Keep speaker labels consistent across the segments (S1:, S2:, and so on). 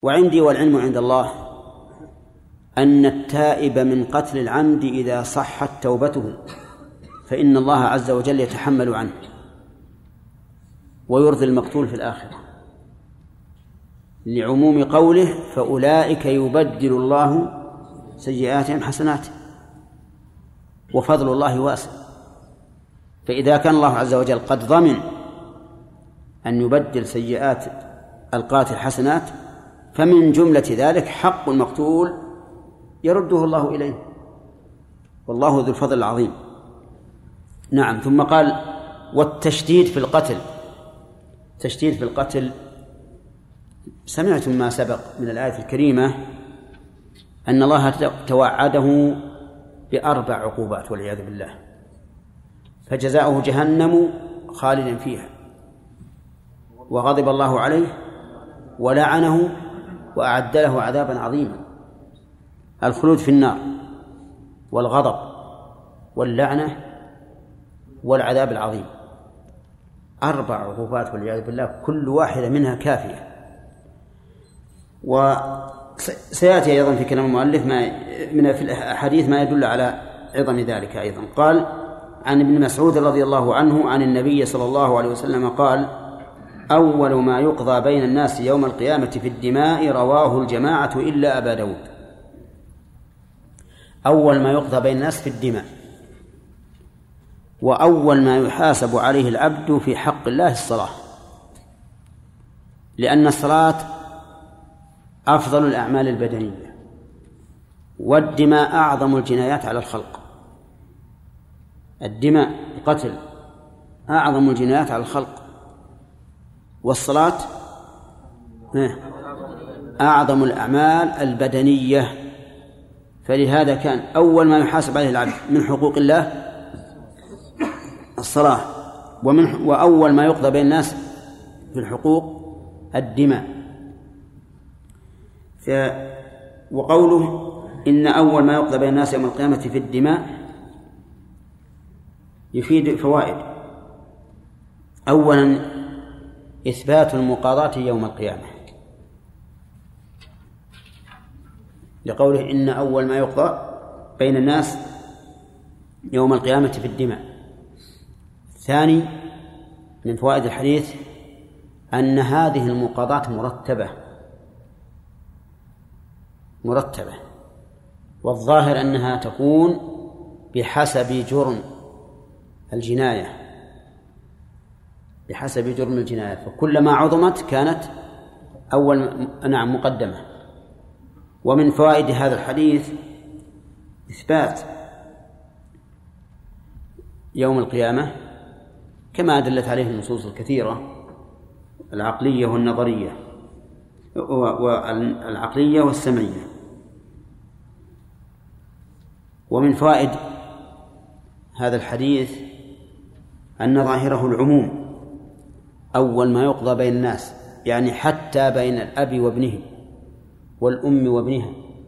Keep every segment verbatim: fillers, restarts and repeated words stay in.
S1: وعندي والعلم عند الله أن التائب من قتل العمد إذا صحت توبته فإن الله عز وجل يتحمل عنه ويرضي المقتول في الآخرة، لعموم قوله فأولئك يبدل الله سيئاتهم حسنات وفضل الله واسع. فإذا كان الله عز وجل قد ضمن أن يبدل سيئات القاتل حسنات فمن جملة ذلك حق المقتول يرده الله إليه، والله ذو الفضل العظيم. نعم. ثم قال والتشديد في القتل. تشديد في القتل، سمعتم ما سبق من الآية الكريمة أن الله توعده بأربع عقوبات والعياذ بالله، فجزاؤه جهنم خالدا فيها، وغضب الله عليه ولعنه وأعد له عذابا عظيما. الخلود في النار والغضب واللعنة والعذاب العظيم، أربع عقوبات والعياذ بالله، كل واحدة منها كافية. وسيأتي أيضا في كلام المؤلف ما من في الأحاديث ما يدل على عظم ذلك أيضا. قال عن ابن مسعود رضي الله عنه عن النبي صلى الله عليه وسلم قال أول ما يقضى بين الناس يوم القيامة في الدماء، رواه الجماعة إلا أبا داود. أول ما يقضى بين الناس في الدماء، وأول ما يحاسب عليه العبد في حق الله الصلاة، لأن الصلاة أفضل الأعمال البدنية، والدماء أعظم الجنايات على الخلق. الدماء القتل أعظم الجنايات على الخلق، والصلاة أعظم الأعمال البدنية. فلهذا كان أول ما يحاسب عليه العبد من حقوق الله الصلاة، ومن وأول ما يقضى بين الناس في الحقوق الدماء. ف وقوله إن أول ما يقضى بين الناس يوم القيامة في الدماء يفيد فوائد. أولا إثبات المقاضاة يوم القيامة، لقوله إن أول ما يقضى بين الناس يوم القيامة في الدماء. ثاني من فوائد الحديث أن هذه المقاضاة مرتبة مرتبة والظاهر أنها تكون بحسب جرم الجناية بحسب جرم الجناية فكلما عظمت كانت أول نعم مقدمة. ومن فوائد هذا الحديث إثبات يوم القيامة كما دلت عليه النصوص الكثيرة العقلية والنظرية والعقلية والسمعية. ومن فوائد هذا الحديث أن ظاهره العموم، أول ما يقضى بين الناس يعني حتى بين الأب وابنه والأم وابنها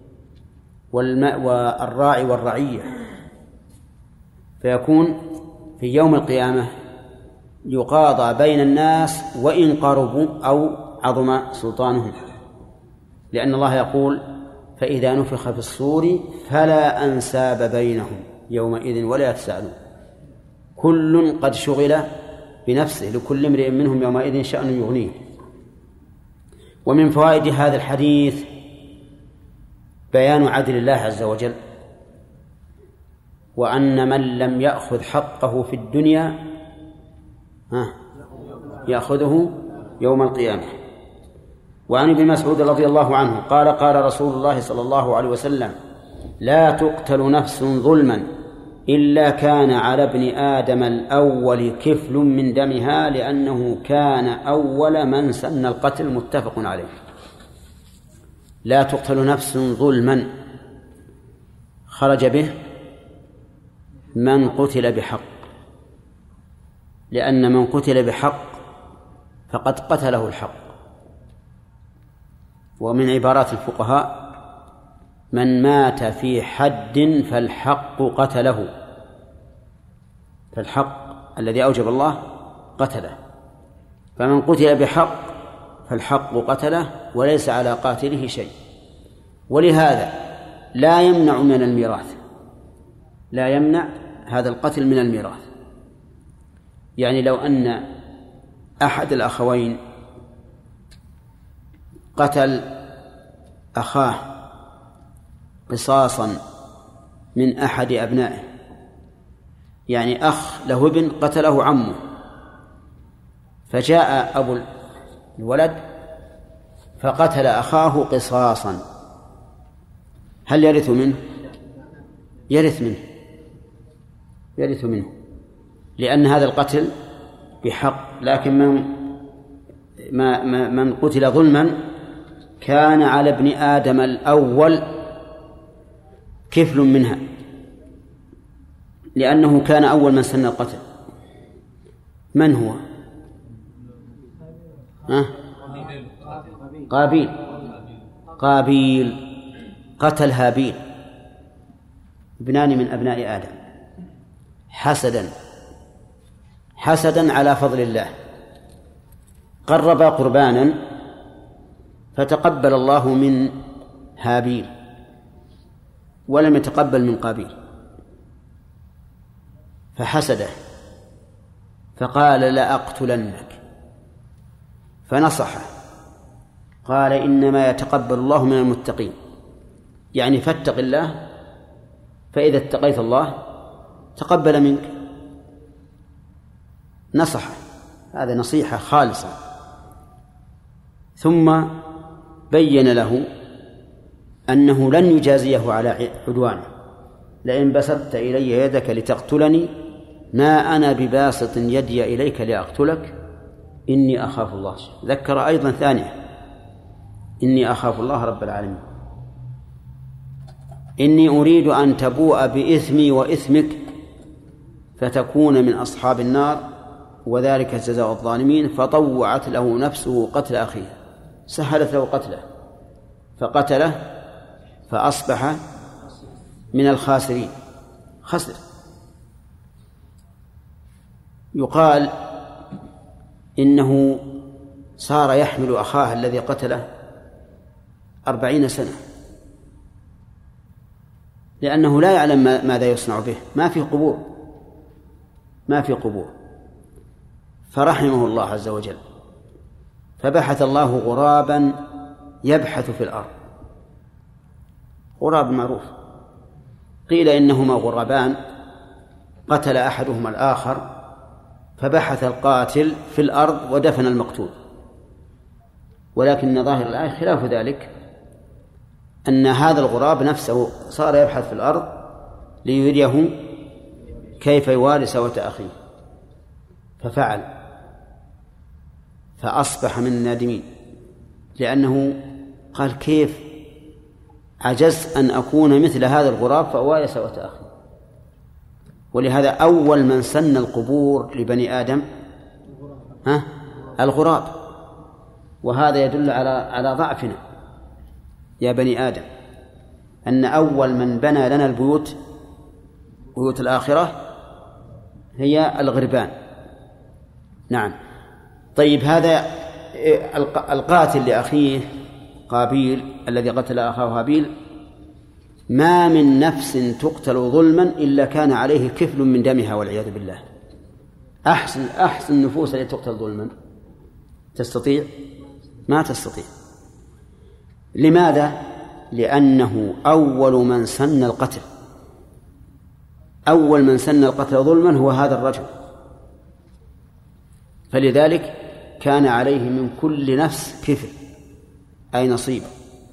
S1: والراعي والرعية، فيكون في يوم القيامة يقاضى بين الناس وإن قربوا أو عظم سلطانهم، لأن الله يقول فإذا نفخ في الصور فلا أنساب بينهم يومئذ ولا يتساءلون، كل قد شغل بنفسه لكل امرئ منهم يومئذ شأن يغنيه. ومن فوائد هذا الحديث بيان عدل الله عز وجل، وأن من لم يأخذ حقه في الدنيا ها يأخذه يوم القيامة. وعن ابن مسعود رضي الله عنه قال قال رسول الله صلى الله عليه وسلم لا تقتل نفس ظلما إلا كان على ابن آدم الأول كفل من دمها لأنه كان أول من سن القتل، متفق عليه. لا تقتل نفس ظلما خرج به من قتل بحق، لأن من قتل بحق فقد قتله الحق. ومن عبارات الفقهاء من مات في حد فالحق قتله، فالحق الذي أوجب الله قتله، فمن قتل بحق فالحق قتله وليس على قاتله شيء. ولهذا لا يمنع من الميراث، لا يمنع هذا القتل من الميراث. يعني لو أن أحد الأخوين قتل أخاه قصاصا من أحد أبنائه، يعني أخ له ابن قتله عمه، فجاء أبو الولد فقتل أخاه قصاصا، هل يرث منه؟ يرث منه يرث منه لأن هذا القتل بحق. لكن من ما من قتل ظلما كان على ابن آدم الأول كفل منها، لأنه كان أول من سن القتل. من هو؟ أه؟ قابيل. قابيل قتل هابيل، ابنان من أبناء آدم، حسدا حسدا على فضل الله. قربا قربانا فتقبل الله من هابيل ولم يتقبل من قابيل، فحسده فقال لأقتلنك، فنصحه قال إنما يتقبل الله من المتقين، يعني فاتق الله فإذا اتقيت الله تقبل منك. نصحه، هذا نصيحة خالصة. ثم بين له أنه لن يجازيه على عدوانه، لئن بسطت إلي يدك لتقتلني ما أنا بباسط يدي إليك لأقتلك إني أخاف الله. ذكر أيضا ثانية إني أخاف الله رب العالمين، إني أريد أن تبوء بإثمي وإثمك فتكون من أصحاب النار وذلك جزاء الظالمين. فطوعت له نفسه قتل أخيه، سهلت له قتله فقتله فأصبح من الخاسرين، خسر. يقال إنه صار يحمل أخاه الذي قتله أربعين سنة، لأنه لا يعلم ماذا يصنع به، ما في قبور ما في قبور فرحمه الله عز وجل، فبحث الله غرابا يبحث في الأرض، غراب معروف. قيل إنهما غرابان قتل أحدهما الآخر فبحث القاتل في الأرض ودفن المقتول، ولكن ظاهر الآية خلاف ذلك، أن هذا الغراب نفسه صار يبحث في الأرض ليريه كيف يواري سوءة أخيه، ففعل فأصبح من النادمين، لأنه قال كيف عجزت أن أكون مثل هذا الغراب فأواري سوءة أخي. ولهذا أول من سن القبور لبني آدم ها الغراب، وهذا يدل على على ضعفنا يا بني آدم، أن أول من بنى لنا البيوت بيوت الآخرة هي الغربان. نعم. طيب، هذا القاتل لأخيه قابيل الذي قتل أخاه هابيل ما من نفس تقتل ظلما إلا كان عليه كفل من دمها والعياذ بالله. أحسن أحسن النفوس التي تقتل ظلما تستطيع؟ ما تستطيع. لماذا؟ لأنه أول من سن القتل، أول من سن القتل ظلما هو هذا الرجل، فلذلك كان عليه من كل نفس كفل، أي نصيب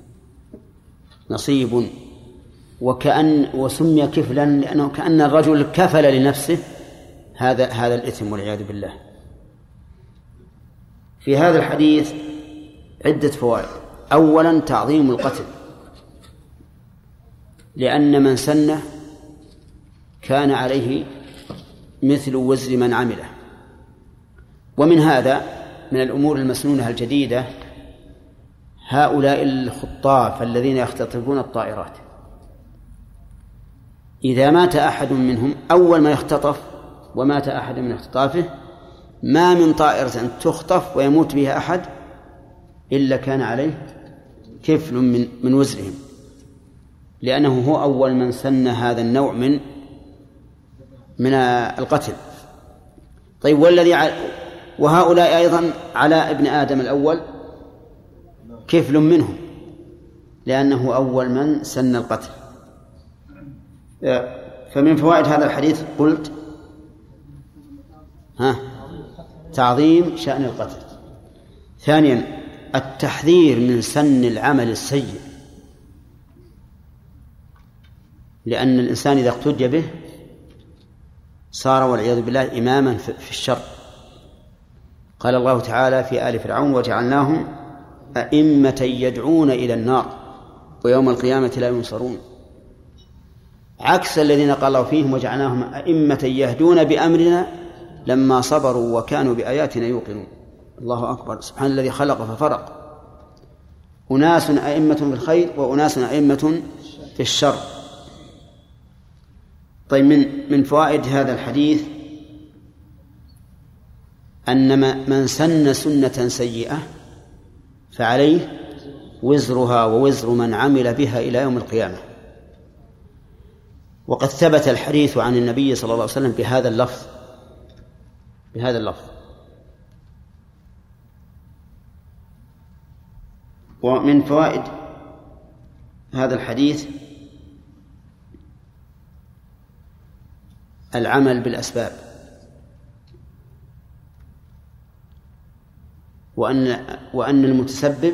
S1: نصيب وكأن وسمي كفلا لأنه كأن الرجل كفل لنفسه هذا هذا الإثم والعياذ بالله. في هذا الحديث عدة فوائد. أولا تعظيم القتل، لأن من سنه كان عليه مثل وزر من عمله. ومن هذا من الأمور المسنونة الجديدة هؤلاء الخطاف الذين يختطفون الطائرات، إذا مات أحد منهم أول ما يختطف ومات أحد من اختطافه ما من طائرة تخطف ويموت بها أحد إلا كان عليه كفل من من وزرهم، لأنه هو أول من سن هذا النوع من من القتل. طيب والذي ع... وهؤلاء أيضا على ابن آدم الأول كفل منهم، لأنه أول من سن القتل. فمن فوائد هذا الحديث قلت ها تعظيم شأن القتل. ثانيا التحذير من سن العمل السيء، لأن الإنسان إذا اقتدي به صار والعياذ بالله إماما في الشر. قال الله تعالى في آل فرعون وجعلناهم أئمة يدعون إلى النار ويوم القيامة لا ينصرون، عكس الذين قال الله فيهم وجعلناهم أئمة يهدون بأمرنا لما صبروا وكانوا بآياتنا يوقنون. الله أكبر، سبحان الذي خلق ففرق، أناس أئمة في الخير وأناس أئمة في الشر. طيب من من فوائد هذا الحديث أن من سن سنة سيئة فعليه وزرها ووزر من عمل بها إلى يوم القيامة. وقد ثبت الحديث عن النبي صلى الله عليه وسلم بهذا اللفظ بهذا اللفظ ومن فوائد هذا الحديث العمل بالأسباب، وأن وأن المتسبب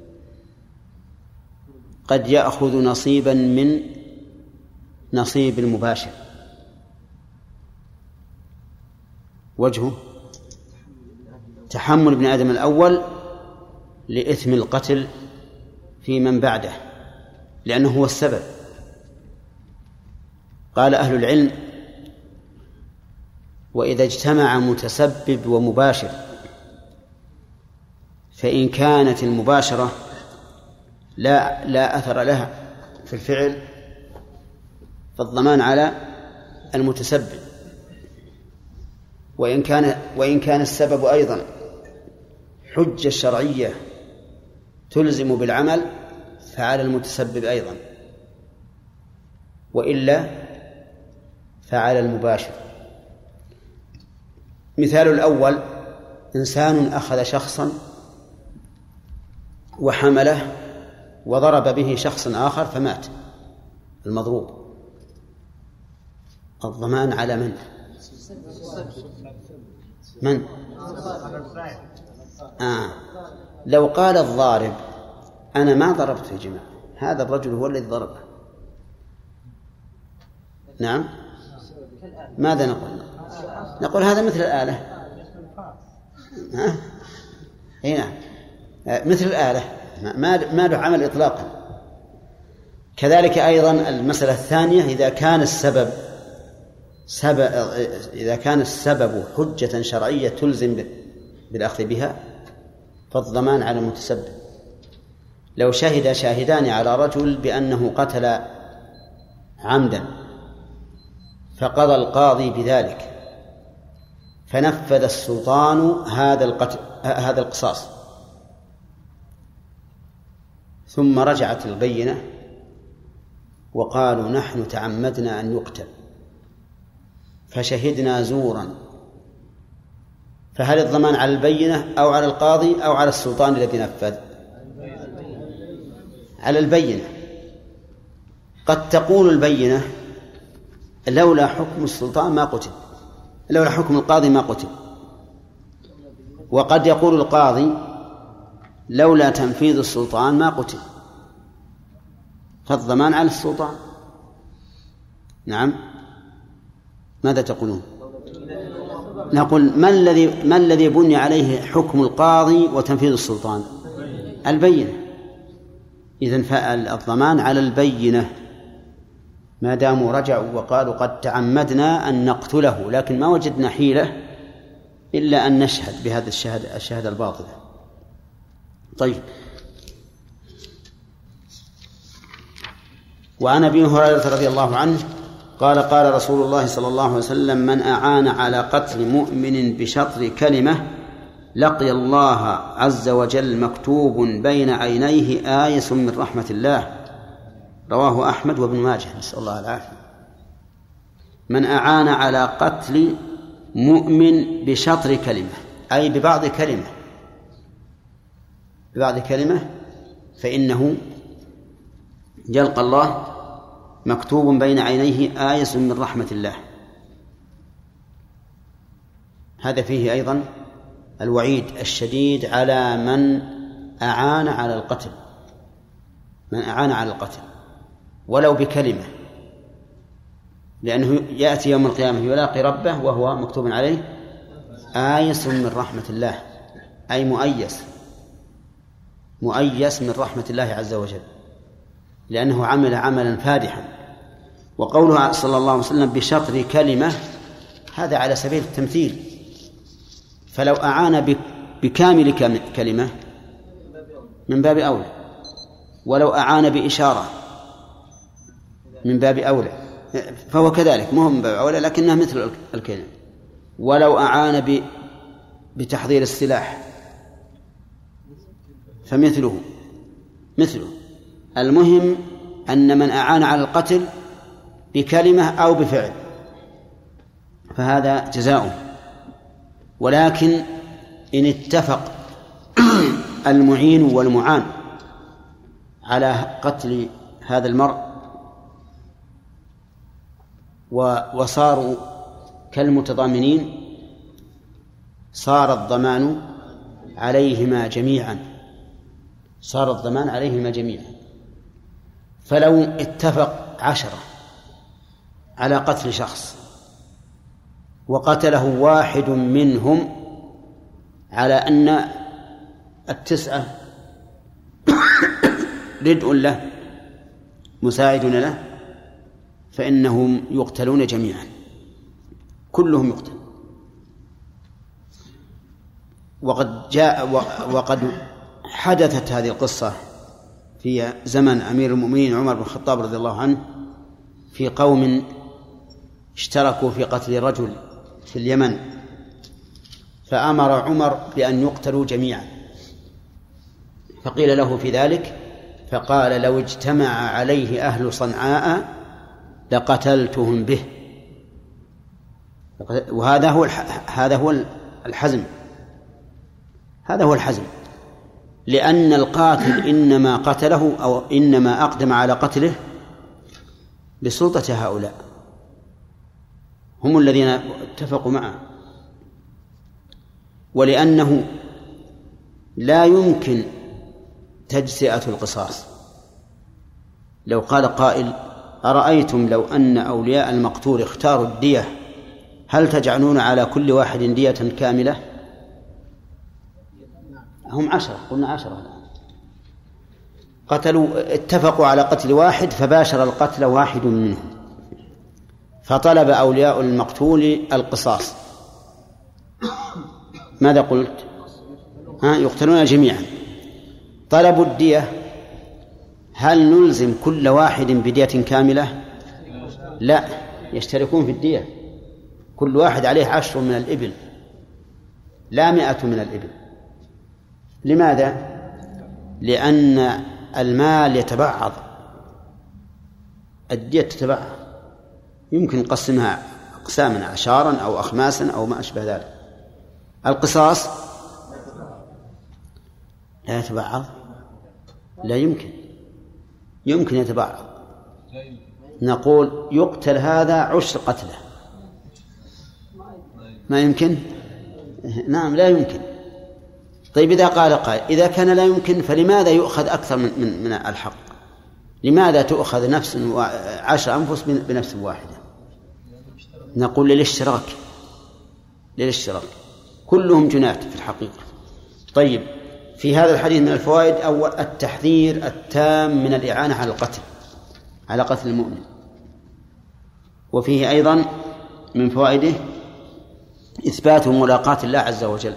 S1: قد يأخذ نصيبا من نصيب المباشر. وجهه تحمل ابن آدم الأول لإثم القتل في من بعده، لأنه هو السبب. قال أهل العلم: وإذا اجتمع متسبب ومباشر فإن كانت المباشرة لا لا أثر لها في الفعل فالضمان على المتسبب، وإن كان وإن كان السبب أيضا حجة شرعية تلزم بالعمل فعلى المتسبب أيضا، وإلا فعلى المباشر. مثال الأول: إنسان أخذ شخصا وحمله وضرب به شخص آخر فمات المضروب، الضمان على من؟ من؟ آه. لو قال الضارب: أنا ما ضربت يا جماعة، هذا الرجل هو الذي ضربه، نعم، ماذا نقول؟ نقول هذا مثل الآلة. ها؟ أي نعم، مثل الآلة، ما ما له عمل إطلاقا. كذلك أيضا المسألة الثانية: إذا كان السبب سبب إذا كان السبب حجة شرعية تلزم بالأخذ بها فالضمان على المتسبب. لو شهد شاهدان على رجل بأنه قتل عمدا فقضى القاضي بذلك فنفذ السلطان هذا القتل هذا القصاص، ثم رجعت البينة وقالوا: نحن تعمدنا أن يقتل فشهدنا زورا، فهل الضمان على البينة أو على القاضي أو على السلطان الذي نفذ؟ على البينة. قد تقول البينة: لولا حكم السلطان ما قتل، لولا حكم القاضي ما قتل. وقد يقول القاضي: لولا تنفيذ السلطان ما قتل، فالضمان على السلطان. نعم، ماذا تقولون؟ نقول: ما الذي ما الذي بني عليه حكم القاضي وتنفيذ السلطان؟ البينة. إذن فالضمان على البينة ما داموا رجعوا وقالوا: قد تعمدنا أن نقتله لكن ما وجدنا حيلة إلا أن نشهد بهذا الشهادة الشهادة الباطلة. طيب، وعن أبي هريرة رضي الله عنه قال: قال رسول الله صلى الله عليه وسلم: من أعان على قتل مؤمن بشطر كلمة لقي الله عز وجل مكتوب بين عينيه آيس من رحمة الله. رواه أحمد وابن ماجه، نسأل الله العافية. من أعان على قتل مؤمن بشطر كلمة، أي ببعض كلمة، ببعض كلمة، فإنه يلقى الله مكتوب بين عينيه آيس من رحمة الله. هذا فيه أيضا الوعيد الشديد على من أعان على القتل، من أعان على القتل ولو بكلمة، لأنه يأتي يوم القيامة يلاقي ربه وهو مكتوب عليه آيس من رحمة الله، أي مؤيس، مؤيس من رحمة الله عز وجل، لأنه عمل عملا فادحا. وقوله صلى الله عليه وسلم بشطر كلمة، هذا على سبيل التمثيل، فلو أعان بكامل كلمة من باب أولى، ولو أعان بإشارة من باب أولى، فهو كذلك، مو من باب أولى لكنها مثل الكلمة. ولو أعان بتحضير السلاح فمثله مثله. المهم أن من أعان على القتل بكلمة أو بفعل فهذا جزاؤه. ولكن إن اتفق المعين والمعان على قتل هذا المرء وصاروا كالمتضامنين، صار الضمان عليهما جميعا، صار الضمان عليهما جميعا. فلو اتفق عشرة على قتل شخص وقتله واحد منهم على أن التسعة ردء له مساعد له، فإنهم يقتلون جميعا، كلهم يقتل. وقد جاء وقد حدثت هذه القصة في زمن أمير المؤمنين عمر بن الخطاب رضي الله عنه، في قوم اشتركوا في قتل رجل في اليمن، فأمر عمر بأن يقتلوا جميعا، فقيل له في ذلك فقال لو اجتمع عليه أهل صنعاء لقتلتهم به. وهذا هو هذا هو الحزم، هذا هو الحزم، لأن القاتل إنما قتله أو إنما أقدم على قتله بسلطة هؤلاء، هم الذين اتفقوا معه. ولأنه لا يمكن تجزئة القصاص. لو قال قائل أرأيتم لو أن أولياء المقتول اختاروا الدية هل تجعلون على كل واحد دية كاملة؟ هم عشرة، قلنا عشرة الآن، قتلوا اتفقوا على قتل واحد فباشر القتل واحد منهم، فطلب أولياء المقتول القصاص، ماذا قلت؟ ها يقتلون جميعا. طلبوا الدية، هل نلزم كل واحد بدية كاملة؟ لا، يشتركون في الدية، كل واحد عليه عشر من الإبل لا مئة من الإبل. لماذا؟ لأن المال يتبعض، الدية تتبعض، يمكن نقسمها أقساما أعشارا أو أخماسا أو ما أشبه ذلك. القصاص لا يتبعض، لا يمكن، يمكن يتبعض. نقول يقتل هذا عشر قتله، ما يمكن؟ نعم لا يمكن. طيب إذا قال قائل إذا كان لا يمكن فلماذا يؤخذ أكثر من, من, من الحق؟ لماذا تؤخذ نفس عشر أنفس بنفس واحدة؟ نقول للاشتراك، للاشتراك، كلهم جنات في الحقيقة. طيب في هذا الحديث من الفوائد أول التحذير التام من الإعانة على القتل، على قتل المؤمن. وفيه أيضا من فوائده إثبات ملاقاة الله عز وجل،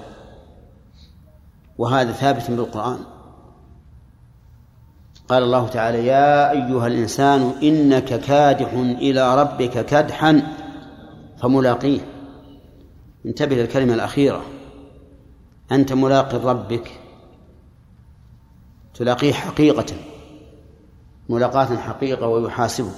S1: وهذا ثابت بالقرآن. قال الله تعالى يا أيها الإنسان إنك كادح إلى ربك كدحا فملاقيه. انتبه للكلمة الأخيرة، أنت ملاقي ربك تلاقيه حقيقة ملاقاة حقيقة ويحاسبك.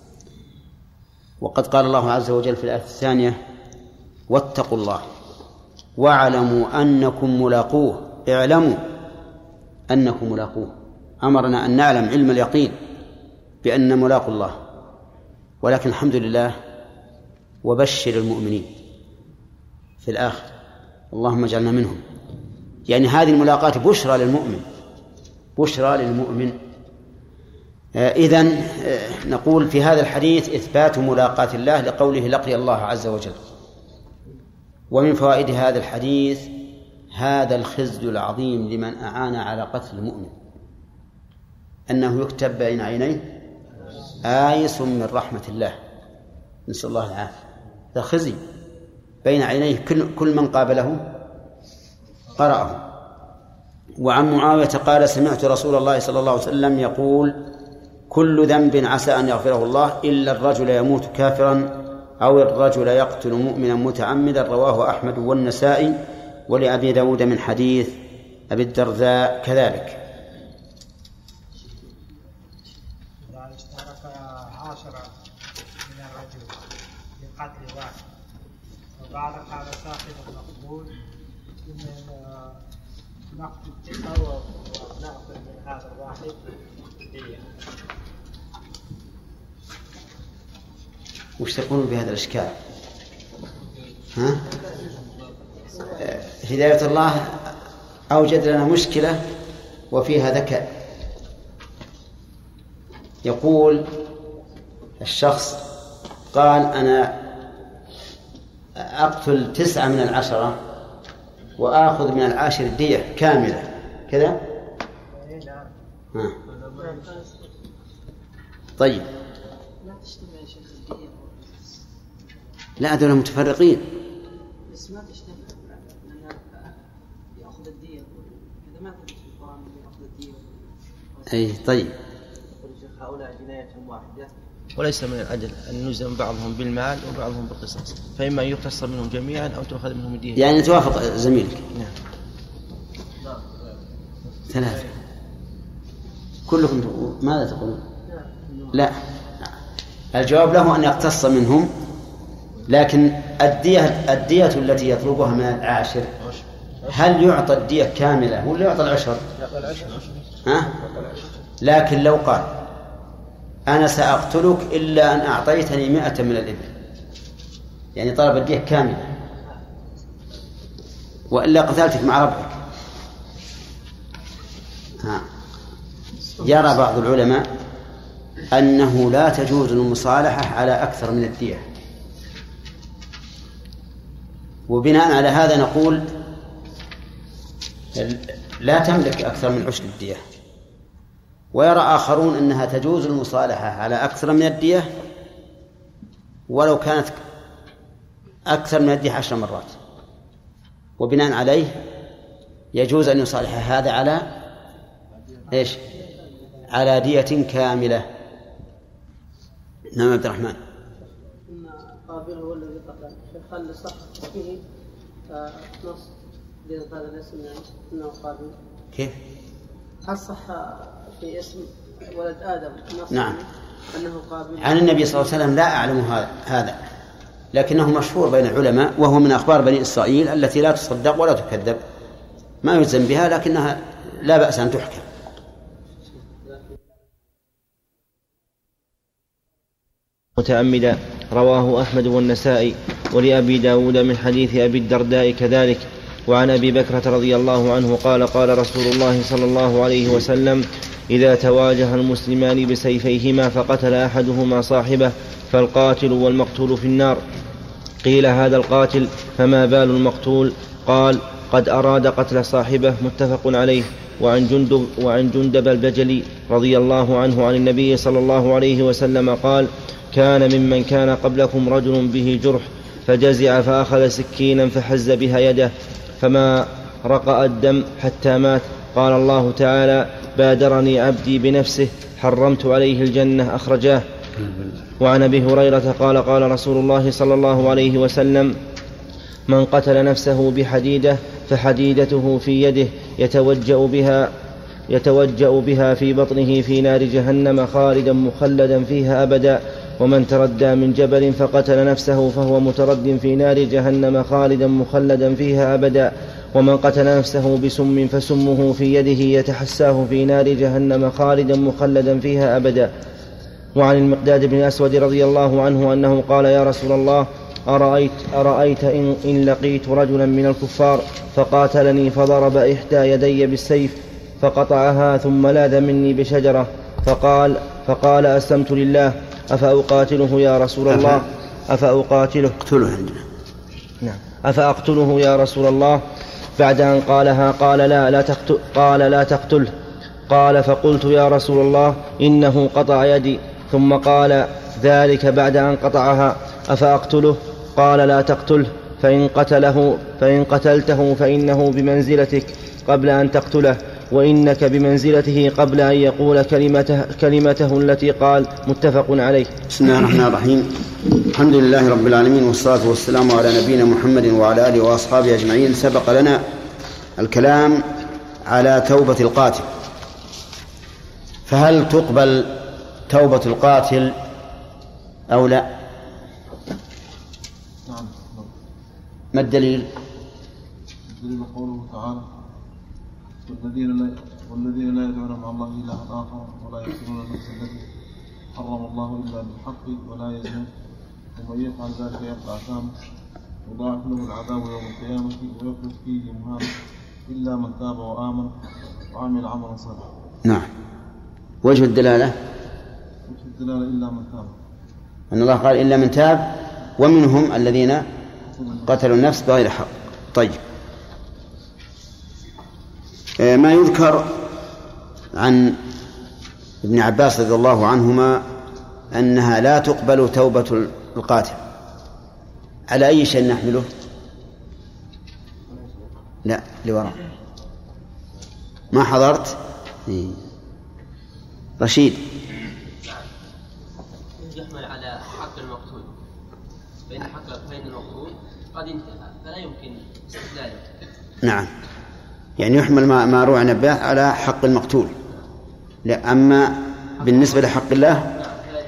S1: وقد قال الله عز وجل في الآية الثانية واتقوا الله واعلموا أنكم ملاقوه. اعلموا أنكم ملاقوه، أمرنا أن نعلم علم اليقين بأن ملاقوا الله. ولكن الحمد لله وبشر المؤمنين في الآخر، اللهم اجعلنا منهم. يعني هذه الملاقاة بشرى للمؤمن، بشرى للمؤمن. إذن نقول في هذا الحديث إثبات ملاقاة الله لقوله لقي الله عز وجل. ومن فوائد هذا الحديث هذا الخزي العظيم لمن أعان على قتل المؤمن، أنه يكتب بين عينيه آيس من رحمة الله، نسأل الله العافية. هذا خزي بين عينيه كل من قابله قرأه. وعن معاوية قال سمعت رسول الله صلى الله عليه وسلم يقول كل ذنب عسى أن يغفره الله إلا الرجل يموت كافرا أو الرجل يقتل مؤمنا متعمدا. رواه أحمد والنسائي ولأبي داود من حديث أبي الدرداء كذلك.
S2: إذا اشترك عشرة من الرجل بقتل واحد وبعد قال صاحب المقبول إن نقتل التسعة ونأخذ من هذا الواحد دية.
S1: وش تقول بهذا الإشكال؟ ها؟ هداية الله أوجد لنا مشكلة وفيها ذكاء. يقول الشخص قال أنا أقتل تسعة من العشرة وآخذ من العاشر دية كاملة كذا. ها. طيب لا هذول متفرقين.
S3: بس ما تشتغل لأن يأخذ الدية إذا ما تجد في القرآن يأخذ الدية.
S1: أي طيب.
S3: هؤلاء جنايتهم واحدة
S4: وليس من العدل أن نلزم بعضهم بالمال وبعضهم بالقصاص، فإما أن يقتص منهم جميعا أو تأخذ منهم الدية.
S1: يعني توافق زميلك.
S4: نعم.
S1: ثلاثة كلكم ماذا تقولون؟ لا الجواب له أن يقتص منهم، لكن الدية الدية التي يطلبها من العاشر هل يعطى الدية كاملة ولا يعطى العشر؟ ها؟ لكن لو قال أنا سأقتلك إلا أن أعطيتني مئة من الإبل، يعني طلب الدية كاملة، وإلا قتلتك مع ربك. ها. يرى بعض العلماء أنه لا تجوز المصالحة على أكثر من الدية، وبناء على هذا نقول لا تملك أكثر من عشر الدية. ويرى آخرون أنها تجوز المصالحة على أكثر من الدية ولو كانت أكثر من الدية عشر مرات، وبناء عليه يجوز أن يصالح هذا على إيش؟ على دية كاملة. نعم عبد الرحمن.
S3: إن قابل هو الذي قتل فخلي صح فيه نص لأن هذا الاسم إنه قابل.
S1: كيف؟
S3: هل صح في اسم ولد آدم نص
S1: نعم
S3: أنه قابل؟
S1: عن النبي صلى الله عليه وسلم لا أعلم هذا، لكنه مشهور بين العلماء، وهو من أخبار بني إسرائيل التي لا تصدق ولا تكذب، ما يلزم بها لكنها لا بأس أن تحكم.
S4: متعمدا. رواه أحمد والنسائي ولأبي داود من حديث أبي الدرداء كذلك. وعن أبي بكرة رضي الله عنه قال قال رسول الله صلى الله عليه وسلم إذا تواجه المسلمان بسيفيهما فقتل أحدهما صاحبه فالقاتل والمقتول في النار. قيل هذا القاتل فما بال المقتول؟ قال قد أراد قتل صاحبه. متفق عليه. وعن جندب, وعن جندب البجلي رضي الله عنه عن النبي صلى الله عليه وسلم قال كان ممن كان قبلكم رجل به جرح فجزع فأخذ سكينا فحز بها يده فما رقأ الدم حتى مات. قال الله تعالى بادرني عبدي بنفسه حرمت عليه الجنة. أخرجاه. وعن أبي هريرة قال قال رسول الله صلى الله عليه وسلم من قتل نفسه بحديدة فحديدته في يده يتوجأ بها يتوجأ بها في بطنه في نار جهنم خالدا مخلدا فيها أبدا. ومن تردى من جبل فقتل نفسه فهو مترد في نار جهنم خالدا مخلدا فيها أبدا. ومن قتل نفسه بسم فسمه في يده يتحساه في نار جهنم خالدا مخلدا فيها أبدا. وعن المقداد بن أسود رضي الله عنه أنه قال: يا رسول الله، أرأيت, أرأيت إن, إن لقيت رجلا من الكفار فقاتلني فضرب إحدى يدي بالسيف فقطعها ثم لاذ مني بشجرة فقال, فقال أسلمت لله أفأقاتله يا رسول الله أفأقاتله نعم أفأقتله يا رسول الله؟ بعد أن قالها قال لا, لا, تقتل قال لا تقتله. قال: فقلت يا رسول الله إنه قطع يدي. ثم قال ذلك بعد أن قطعها: أفأقتله؟ قال: لا تقتله، فإن قتله فإن قتلته فإنه بمنزلتك قبل أن تقتله، وإنك بمنزلته قبل أن يقول كلمته, كلمته التي قال. متفق عليه.
S1: بسم الله الرحمن الرحيم. الحمد لله رب العالمين، والصلاة والسلام على نبينا محمد وعلى آله وأصحابه أجمعين. سبق لنا الكلام على توبة القاتل، فهل تقبل توبة القاتل أو لا؟
S5: نعم.
S1: ما الدليل؟
S5: الدليل قوله تعالى: والذين لا والذين لا يدعون مع الله إلها آخر ولا يقتلون النفس التي حرم الله إلا بالحق ولا يزنون ومن يفعل ذلك يلقى أثاما يضاعف له العذاب يوم القيامة ويخلد فيه مهانا إلا من تاب وآمن وعمل عملا صالحا.
S1: نعم. وجه الدلالة؟
S5: وجه الدلالة إلا من تاب،
S1: أن الله قال إلا من تاب ومنهم الذين قتلوا النفس بغير حق. طيب، ما يذكر عن ابن عباس رضي الله عنهما أنها لا تقبل توبة القاتل، على أي شيء نحمله؟ لا، لوراء ما حضرت. رشيد.
S6: يحمل على حق المقتول، فإن حق بين المقتول قد انتهى فلا يمكن استدلاله.
S1: نعم، يعني يحمل ما روى به على حق المقتول. لا، أما بالنسبة لحق الله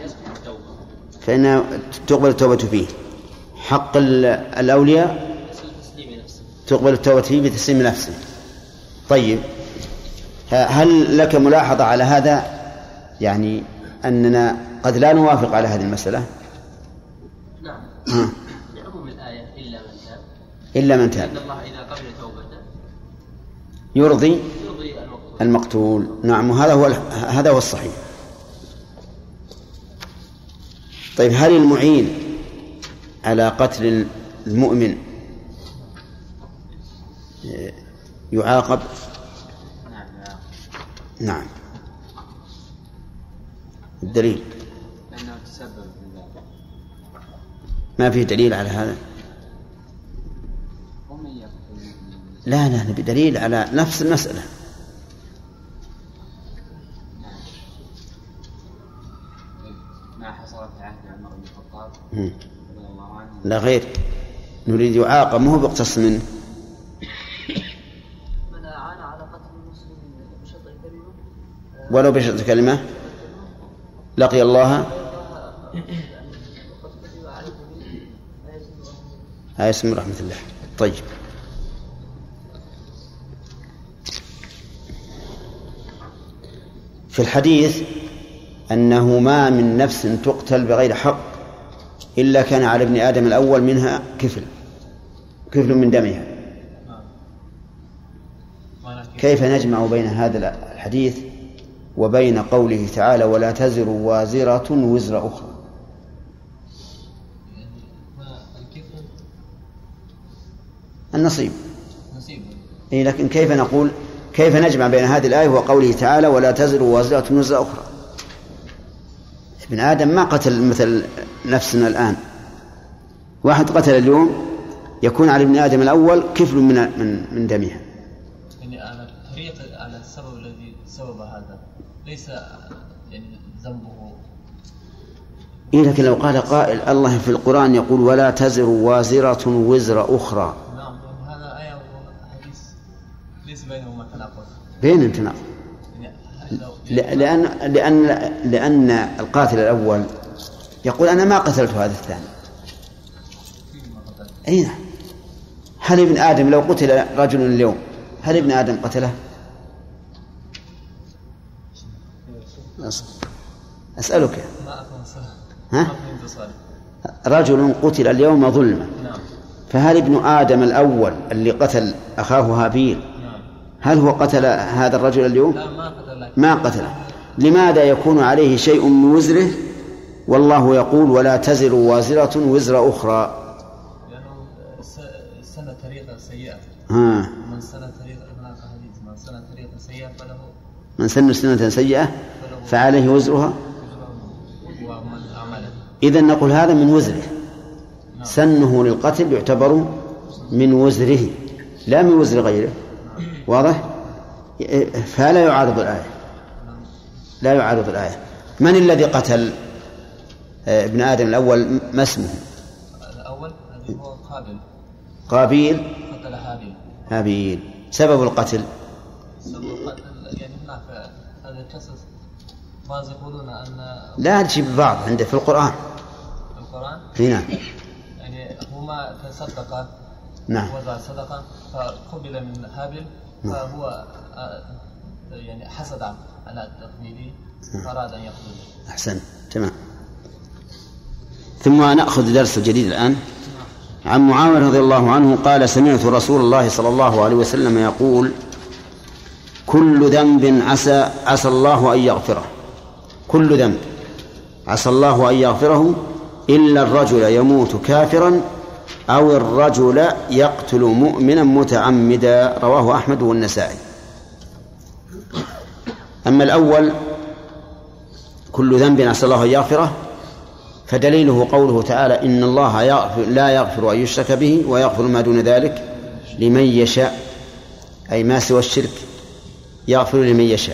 S1: فإن تقبل التوبة فيه. حق الأولياء تقبل التوبة فيه بتسليم نفسه. طيب، هل لك ملاحظة على هذا؟ يعني أننا قد لا نوافق على هذه المسألة.
S6: نعم. لعموم الآية إلا من تاب.
S1: إلا من تاب.
S6: إن الله إذا قبل توبته
S1: يرضي,
S6: يرضي المقتول.
S1: المقتول. نعم، وهذا هو هذا هو الصحيح. طيب، هل المعين على قتل المؤمن يعاقب؟ نعم. الدليل؟
S6: لأنه تسبب في ذلك.
S1: ما فيه دليل على هذا. لا لا نبي دليل على نفس المسألة.
S6: ما حصل في عهد عمر بن الخطاب رضي الله عنه.
S1: لا غير، نريد يعاقب، ما هو بيقتص منه.
S3: من أعان على قتل المسلم بشطر كلمة
S1: ولو بشطر كلمة لقي الله هيسمى رحمة الله. طيب، في الحديث أنه ما من نفس تقتل بغير حق إلا كان على ابن آدم الأول منها كفل كفل من دمها. كيف نجمع بين هذا الحديث وبين قوله تعالى ولا تزر وازرة وزر أخرى؟ النصيب. إيه، لكن كيف نقول كيف نجمع بين هذه الآية وقوله تعالى ولا تزر وازرة وزر أخرى؟ ابن آدم ما قتل مثل نفسنا الآن. واحد قتل اليوم يكون على ابن آدم الأول كفل من من من دمها.
S7: يعني على طريقة على السبب الذي سبب هذا ليس يعني ذنبه
S1: إيه لكن لو قال قائل الله في القرآن يقول ولا تزر وازرة وزر أخرى.
S7: نعم هذا آية وحديث ليس بينهما تناقض.
S1: بين تناقض. لأن لأن لأن القاتل الأول يقول أنا ما قتلت هذا الثاني. أين؟ هل ابن آدم لو قتل رجل اليوم هل ابن آدم قتله؟ أسألك. ها؟ رجل قتل اليوم ظلما. فهل ابن آدم الأول اللي قتل أخاه هابيل هل هو قتل هذا الرجل اليوم؟ ما قتله. لماذا يكون عليه شيء من وزره والله يقول ولا تزر وازرة وزر أخرى؟
S7: لأنه سنة طريقة سيئة.
S1: ها.
S7: من سنة طريقة هناك حديث من سنة طريقة سيئة فله
S1: من سن سنة سيئة فعليه وزرها. إذن نقول هذا من وزره. سنه للقتل يعتبر من وزره لا من وزر غيره. واضح؟ فلا يعارض الآية. لا يعارض الآية. من الذي قتل ابن آدم الأول؟ ما اسمه؟
S7: الأول هو قابيل.
S1: قابيل
S7: قتل هابيل.
S1: هابيل. سبب القتل؟
S7: سبب القتل يعني هناك هذا القصص بعض يقولون أن
S1: لا تجيب بعض عنده في القرآن.
S7: في القرآن؟
S1: هنا.
S7: يعني هما تصدق.
S1: نعم.
S7: وضع صدقة فقبل من هابيل فهو يعني حسد على تقبيله فأراد أن يقتله.
S1: أحسن تمام. ثم نأخذ درس جديد الآن. عن معاوية رضي الله عنه قال سمعت رسول الله صلى الله عليه وسلم يقول كل ذنب عسى عسى الله أن يغفره كل ذنب عسى الله أن يغفره إلا الرجل يموت كافرا أو الرجل يقتل مؤمنا متعمدا. رواه أحمد والنسائي. أما الأول كل ذنب عسى الله أن يغفره فدليله قوله تعالى إن الله يغفر لا يغفر أن يشرك به ويغفر ما دون ذلك لمن يشاء أي ما سوى الشرك يغفر لمن يشاء.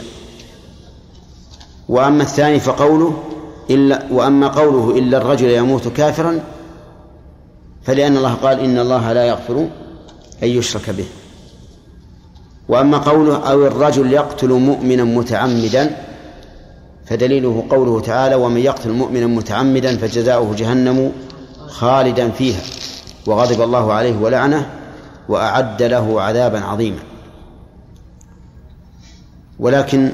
S1: وأما الثاني فقوله إلا وأما قوله إلا الرجل يموت كافرا فلأن الله قال إن الله لا يغفر أن يشرك به. وأما قوله أو الرجل يقتل مؤمنا متعمدا فدليله قوله تعالى ومن يقتل مؤمنا متعمدا فجزاؤه جهنم خالدا فيها وغضب الله عليه ولعنه وأعد له عذابا عظيما. ولكن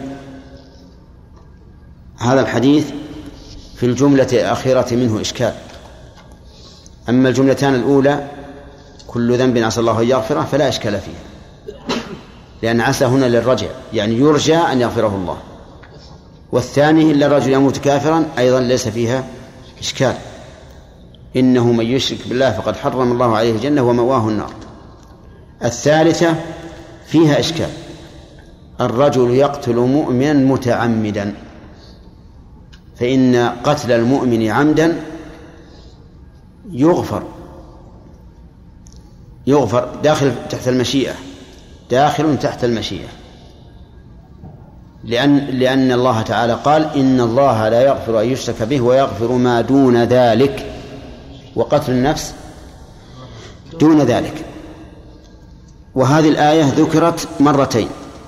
S1: هذا الحديث في الجملة الأخيرة منه إشكال. أما الجملتان الأولى كل ذنب عسى الله أن يغفره فلا إشكال فيها لأن عسى هنا للرجع يعني يرجى أن يغفره الله. والثاني إلا الرجل يموت كافرا أيضا ليس فيها إشكال إنه من يشرك بالله فقد حرم الله عليه الجنة ومواه النار. الثالثة فيها إشكال الرجل يقتل مؤمنا متعمدا فإن قتل المؤمن عمدا يغفر يغفر داخل تحت المشيئة داخل تحت المشيئة لأن, لأن الله تعالى قال إن الله لا يغفر أن يشرك به ويغفر ما دون ذلك وقتل النفس دون ذلك. وهذه الآية ذكرت مرتين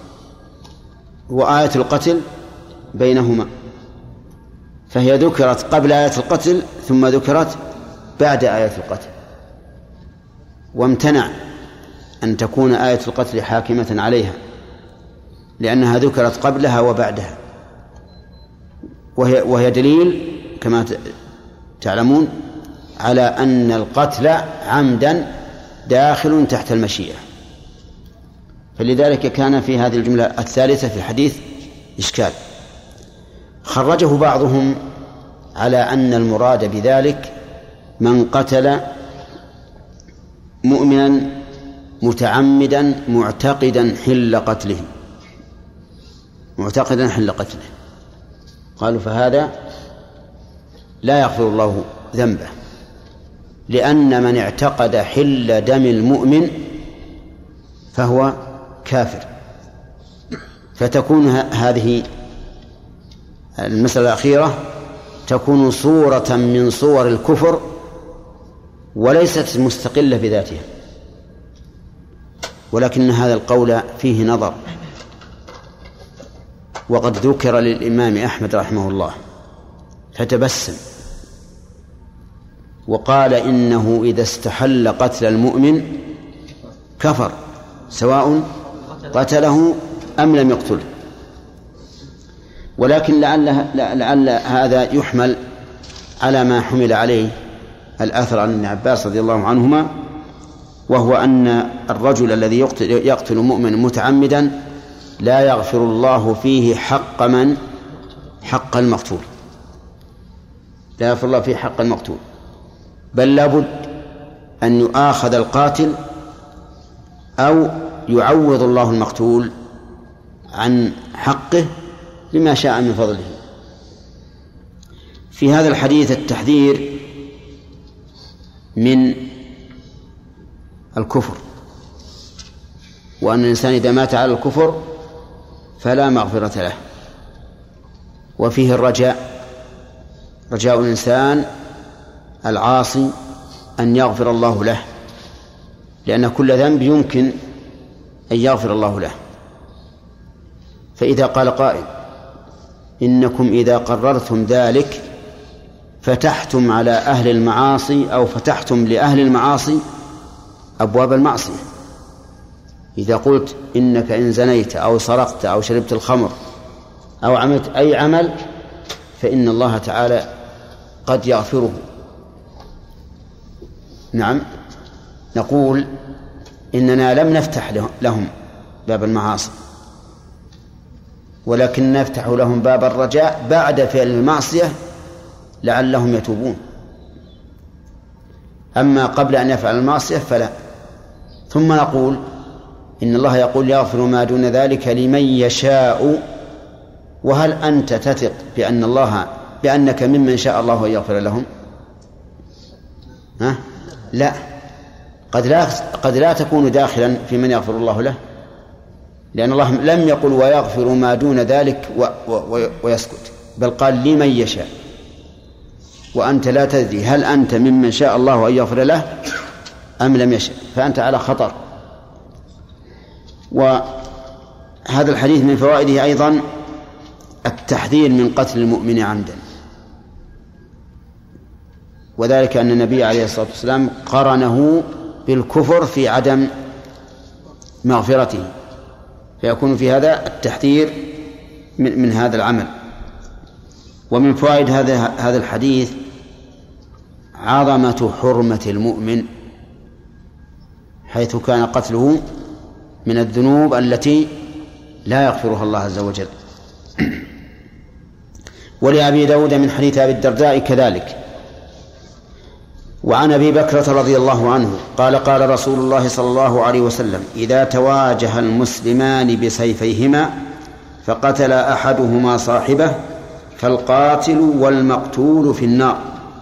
S1: وآية القتل بينهما فهي ذكرت قبل آية القتل ثم ذكرت بعد آية القتل وامتنع أن تكون آية القتل حاكمة عليها لأنها ذكرت قبلها وبعدها وهي, وهي دليل كما تعلمون على أن القتل عمدا داخل تحت المشيئة. فلذلك كان في هذه الجملة الثالثة في الحديث إشكال. خرجه بعضهم على أن المراد بذلك من قتل مؤمنا متعمدا معتقدا حل قتله معتقدا حل قتله قالوا فهذا لا يغفر الله ذنبه لأن من اعتقد حل دم المؤمن فهو كافر. فتكون هذه المسألة الأخيرة تكون صورة من صور الكفر وليست مستقلة بذاتها، ولكن هذا القول فيه نظر. وقد ذكر للإمام أحمد رحمه الله فتبسم وقال إنه إذا استحل قتل المؤمن كفر سواء قتله أم لم يقتله. ولكن لعل, لعل هذا يحمل على ما حمل عليه الأثر عن ابن عباس رضي الله عنهما، وهو أن الرجل الذي يقتل, يقتل مؤمنا متعمدا لا يغفر الله فيه حق من حق المقتول، لا يغفر الله فيه حق المقتول، بل لابد أن يؤاخذ القاتل أو يعوض الله المقتول عن حقه لما شاء من فضله. في هذا الحديث التحذير من الكفر، وأن الإنسان إذا مات على الكفر فلا مغفرة له، وفيه الرجاء، رجاء الإنسان العاصي أن يغفر الله له، لأن كل ذنب يمكن أن يغفر الله له. فإذا قال قائل إنكم إذا قررتم ذلك فتحتم على أهل المعاصي أو فتحتم لأهل المعاصي أبواب المعصية، إذا قلت إنك إن زنيت أو سرقت أو شربت الخمر أو عملت أي عمل فإن الله تعالى قد يغفره. نعم، نقول إننا لم نفتح لهم باب المعاصي، ولكن نفتح لهم باب الرجاء بعد فعل المعصية لعلهم يتوبون. أما قبل أن يفعل المعصية فلا. ثم نقول إن الله يقول يغفر ما دون ذلك لمن يشاء، وهل أنت تثق بأن الله بأنك ممن شاء الله أن يغفر لهم؟ ها؟ لا، قد لا قد لا تكون داخلا في من يغفر الله له، لأن الله لم يقل ويغفر ما دون ذلك و و ويسكت، بل قال لمن يشاء، وأنت لا تدري هل أنت ممن شاء الله أن يغفر له أم لم يشاء، فأنت على خطر. وهذا الحديث من فوائده أيضا التحذير من قتل المؤمن عمدا، وذلك أن النبي عليه الصلاة والسلام قرنه بالكفر في عدم مغفرته، فيكون في هذا التحذير من, من هذا العمل. ومن فوائد هذا هذا الحديث عظمة حرمة المؤمن، حيث كان قتله من الذنوب التي لا يغفرها الله عز وجل. ولأبي داود من حديث أبي الدرداء كذلك. وعن أبي بكرة رضي الله عنه قال قال رسول الله صلى الله عليه وسلم إذا تواجه المسلمان بسيفيهما فقتل أحدهما صاحبه فالقاتل والمقتول في النار.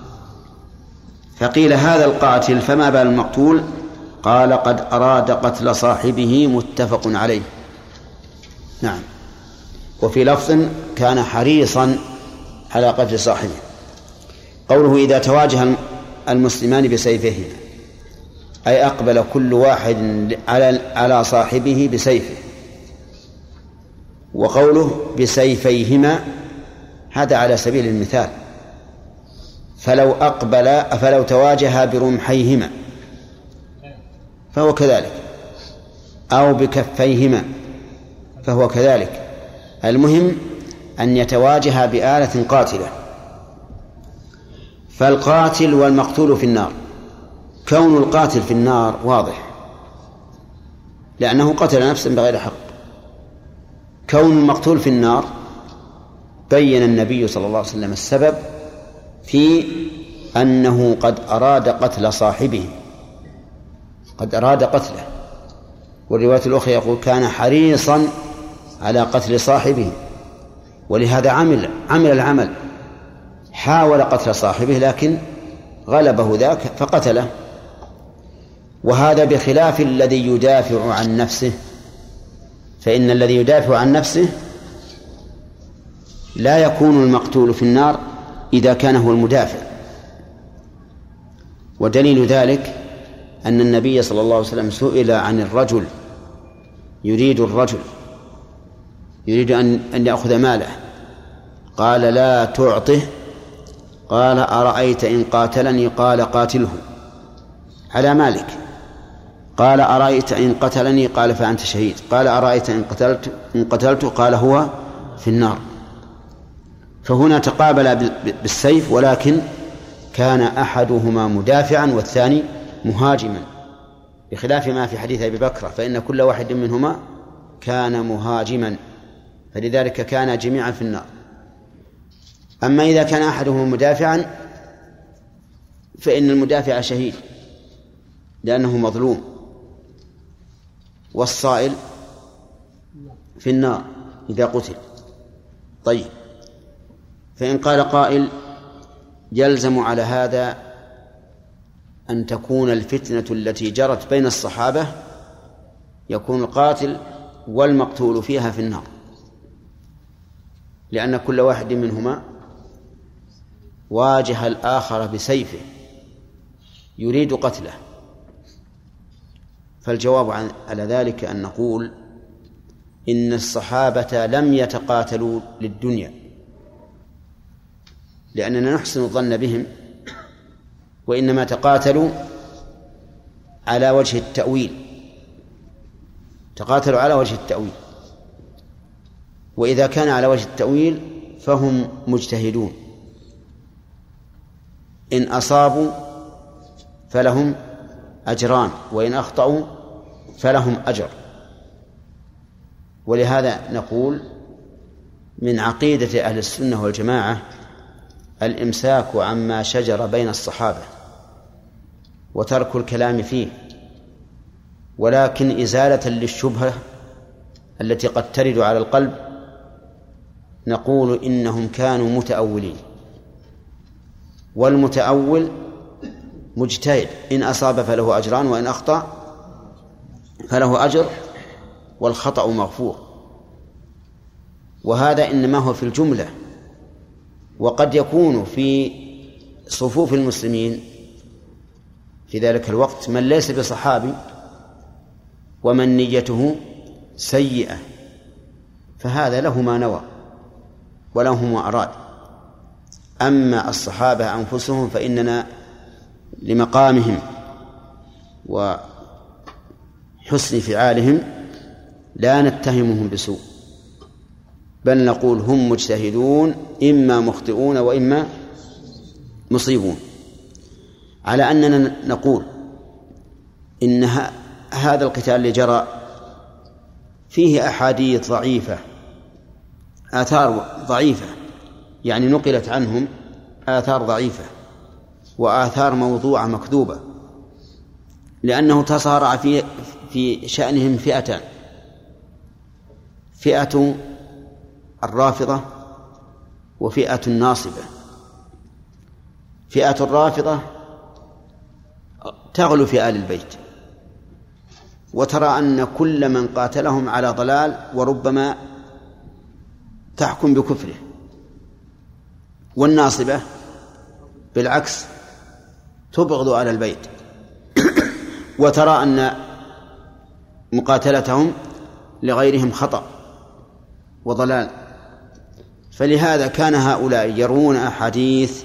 S1: فقيل هذا القاتل فما بال المقتول؟ قال قد أراد قتل صاحبه، متفق عليه. نعم. وفي لفظ كان حريصا على قتل صاحبه. قوله إذا تواجه المسلمان بسيفهما أي أقبل كل واحد على على صاحبه بسيفه. وقوله بسيفيهما هذا على سبيل المثال، فلو أقبل فلو تواجه برمحيهما فهو كذلك، أو بكفيهما فهو كذلك. المهم أن يتواجه بآلة قاتلة. فالقاتل والمقتول في النار، كون القاتل في النار واضح لأنه قتل نفسا بغير حق. كون المقتول في النار بين النبي صلى الله عليه وسلم السبب في أنه قد أراد قتل صاحبه، قد أراد قتله. والرواية الأخرى يقول كان حريصا على قتل صاحبه، ولهذا عمل عمل العمل، حاول قتل صاحبه لكن غلبه ذاك فقتله. وهذا بخلاف الذي يدافع عن نفسه، فإن الذي يدافع عن نفسه لا يكون المقتول في النار إذا كان هو المدافع. ودليل ذلك أن النبي صلى الله عليه وسلم سئل عن الرجل يريد الرجل يريد أن أن يأخذ ماله، قال لا تعطه، قال أرأيت إن قاتلني؟ قال قاتله على مالك. قال أرأيت إن قتلني؟ قال فأنت شهيد. قال أرأيت إن قتلت إن قتلته؟ قال هو في النار. فهنا تقابل بالسيف، ولكن كان أحدهما مدافعا والثاني مهاجما، بخلاف ما في حديث أبي بكر فإن كل واحد منهما كان مهاجما، فلذلك كان جميعا في النار. أما إذا كان أحدهما مدافعا فإن المدافع شهيد لأنه مظلوم، والصائل في النار إذا قتل. طيب، فإن قال قائل يلزم على هذا أن تكون الفتنة التي جرت بين الصحابة يكون القاتل والمقتول فيها في النار، لأن كل واحد منهما واجه الآخر بسيفه يريد قتله. فالجواب على ذلك أن نقول إن الصحابة لم يتقاتلوا للدنيا، لأننا نحسن الظن بهم، وإنما تقاتلوا على وجه التأويل تقاتلوا على وجه التأويل وإذا كان على وجه التأويل فهم مجتهدون، إن أصابوا فلهم أجران وإن أخطأوا فلهم أجر. ولهذا نقول من عقيدة أهل السنة والجماعة الإمساك عما شجر بين الصحابة وترك الكلام فيه، ولكن إزالة للشبهة التي قد ترد على القلب نقول إنهم كانوا متأولين، والمتأول مجتهد، إن أصاب فله أجران وإن أخطأ فله أجر والخطأ مغفور. وهذا إنما هو في الجملة، وقد يكون في صفوف المسلمين في ذلك الوقت من ليس بصحابي ومن نيته سيئة، فهذا له ما نوى وله ما أراد. أما الصحابة أنفسهم فإننا لمقامهم وحسن فعالهم لا نتهمهم بسوء، بل نقول هم مجتهدون إما مخطئون وإما مصيبون. على أننا نقول إن هذا القتال اللي جرى فيه أحاديث ضعيفة، آثار ضعيفة، يعني نقلت عنهم آثار ضعيفة وآثار موضوعة مكذوبة، لأنه تصارع في في شأنهم فئتان: فئة الرافضة وفئة الناصبة. فئة الرافضة تغلو في آل البيت وترى أن كل من قاتلهم على ضلال وربما تحكم بكفره، والناصبة بالعكس تبغض آل البيت وترى أن مقاتلتهم لغيرهم خطأ وضلال. فلهذا كان هؤلاء يرون أحاديث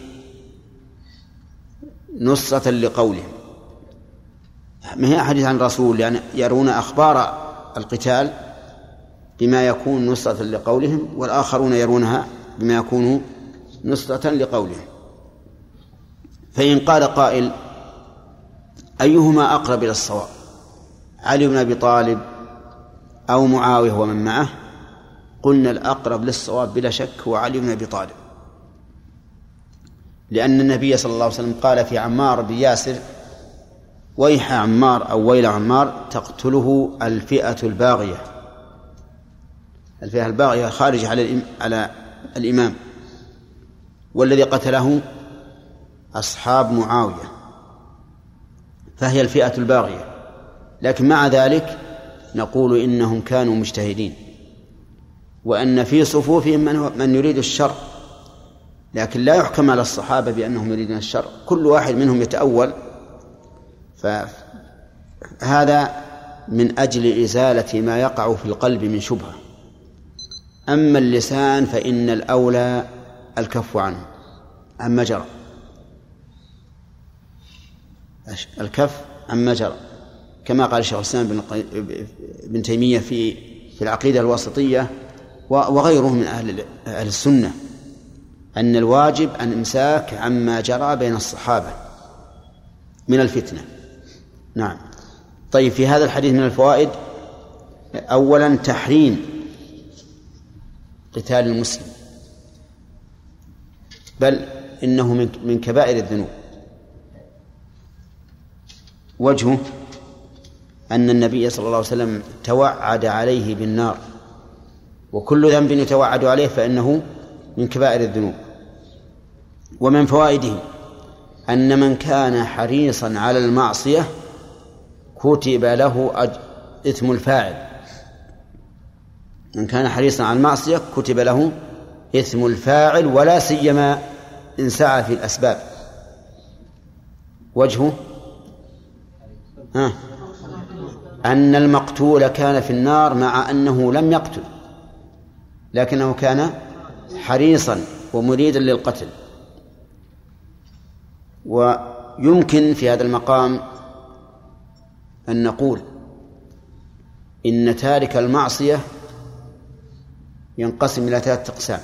S1: نصرة لقولهم، ما هي أحاديث عن الرسول، يعني يرون أخبار القتال بما يكون نصرة لقولهم، والآخرون يرونها بما يكون نصرة لقولهم. فإن قال قائل أيهما أقرب إلى الصواب، علي بن أبي طالب أو معاوية ومن معه؟ قلنا الأقرب للصواب بلا شك هو علي بن أبي طالب، لأن النبي صلى الله عليه وسلم قال في عمار بن ياسر: ويح عمار أو ويل عمار تقتله الفئة الباغية. الفئة الباغية خارج على على الإمام، والذي قتله أصحاب معاوية، فهي الفئة الباغية. لكن مع ذلك نقول إنهم كانوا مجتهدين، وأن في صفوفهم من, من يريد الشر لكن لا يحكم على الصحابة بأنهم يريدون الشر، كل واحد منهم يتأول، فهذا من أجل إزالة ما يقع في القلب من شبهة. أما اللسان فإن الأولى الكف عنه عما جرى، الكف عما جرى، كما قال الشيخ الإسلام بن تيمية في في العقيدة الواسطية وغيره من أهل أهل السنة، أن الواجب الإمساك عما جرى بين الصحابة من الفتنة. نعم. طيب، في هذا الحديث من الفوائد: أولا تحريم قتال المسلم، بل إنه من كبائر الذنوب. وجهه أن النبي صلى الله عليه وسلم توعد عليه بالنار، وكل ذنب يتوعد عليه فإنه من كبائر الذنوب. ومن فوائده أن من كان حريصا على المعصية كتب له إثم الفاعل، من كان حريصا على المعصية كتب له إثم الفاعل، ولا سيما إن سعى في الأسباب. وجهه ها أن المقتول كان في النار مع أنه لم يقتل، لكنه كان حريصا ومريدا للقتل. ويمكن في هذا المقام أن نقول إن تارك المعصية ينقسم إلى ثلاثة أقسام: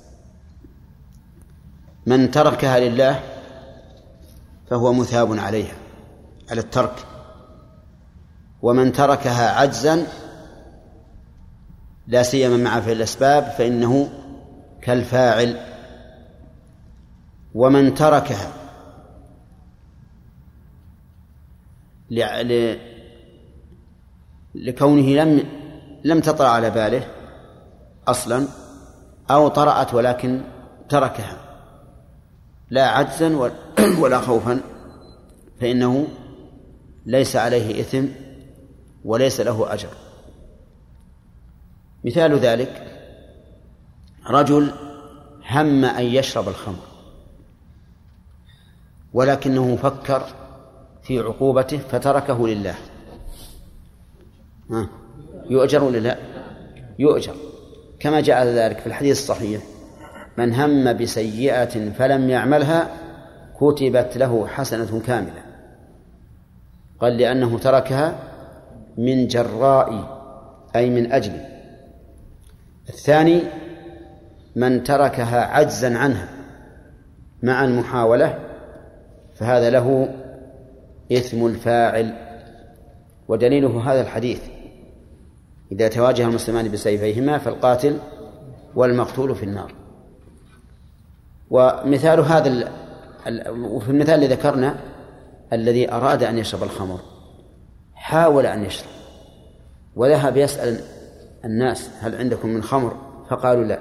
S1: من تركها لله فهو مثاب عليها على الترك، ومن تركها عجزا لا سيما مع فعل الأسباب فإنه كالفاعل، ومن تركها لكونه لم لم تطرأ على باله أصلا، أو طرأت ولكن تركها لا عجزا ولا خوفا، فإنه ليس عليه إثم وليس له أجر. مثال ذلك: رجل هم أن يشرب الخمر ولكنه فكر في عقوبته فتركه لله، ها يؤجر ولا لا؟ يؤجر، كما جاء ذلك في الحديث الصحيح: من هم بسيئة فلم يعملها كتبت له حسنة كاملة. قال لأنه تركها من جراء أي من أجل. الثاني: من تركها عجزا عنها مع المحاولة فهذا له إثم الفاعل. ودليله هذا الحديث: إذا تواجه المسلمان بسيفيهما فالقاتل والمقتول في النار. ومثال هذا وفي المثال الذي ذكرنا الذي أراد أن يشرب الخمر حاول أن يشرب وذهب يسأل الناس: هل عندكم من خمر؟ فقالوا لا.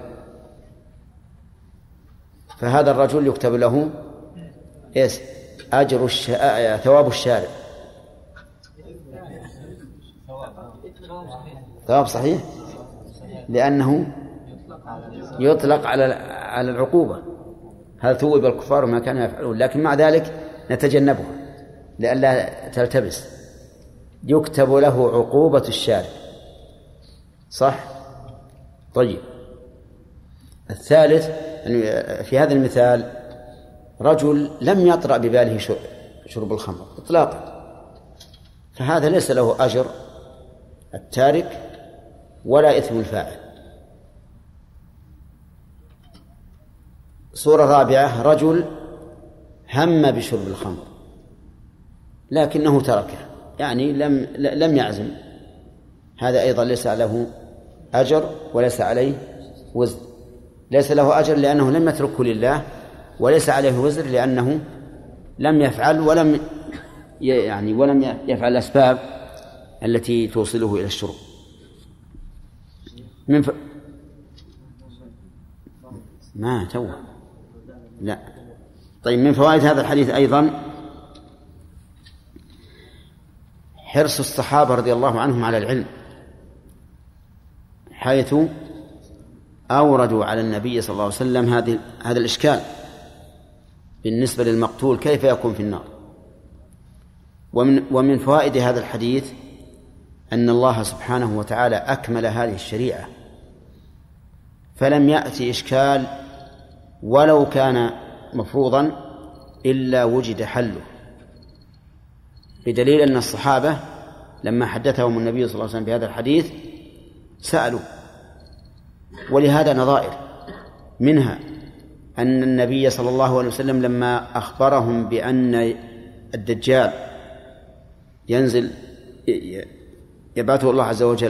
S1: فهذا الرجل يكتب له إيش؟ أجر الشارع، ثواب الشارع، ثواب صحيح، لأنه يطلق على على العقوبة. هل ثوب الكفار ما كانوا يفعلون؟ لكن مع ذلك نتجنبها لئلا تلتبس. يكتب له عقوبة الشارع، صح؟ طيب. الثالث في هذا المثال: رجل لم يطرأ بباله شرب الخمر إطلاقا، فهذا ليس له أجر التارك ولا إثم الفاعل. صورة رابعة: رجل هم بشرب الخمر لكنه تركه، يعني لم لم يعزم، هذا أيضا ليس له أجر وليس عليه وزر. ليس له أجر لأنه لم يتركه لله، وليس عليه وزر لأنه لم يفعل ولم يعني ولم يفعل الأسباب التي توصله إلى الشرب. من ف... ما توه لا. طيب، من فوائد هذا الحديث أيضا حرص الصحابة رضي الله عنهم على العلم، حيث أوردوا على النبي صلى الله عليه وسلم هذه هذا الإشكال بالنسبة للمقتول كيف يكون في النار. ومن ومن فوائد هذا الحديث أن الله سبحانه وتعالى أكمل هذه الشريعة، فلم يأتي إشكال ولو كان مفروضا إلا وجد حله، بدليل أن الصحابة لما حدثهم النبي صلى الله عليه وسلم بهذا الحديث سألوا. ولهذا نظائر، منها أن النبي صلى الله عليه وسلم لما أخبرهم بأن الدجال ينزل يبعثه الله عز وجل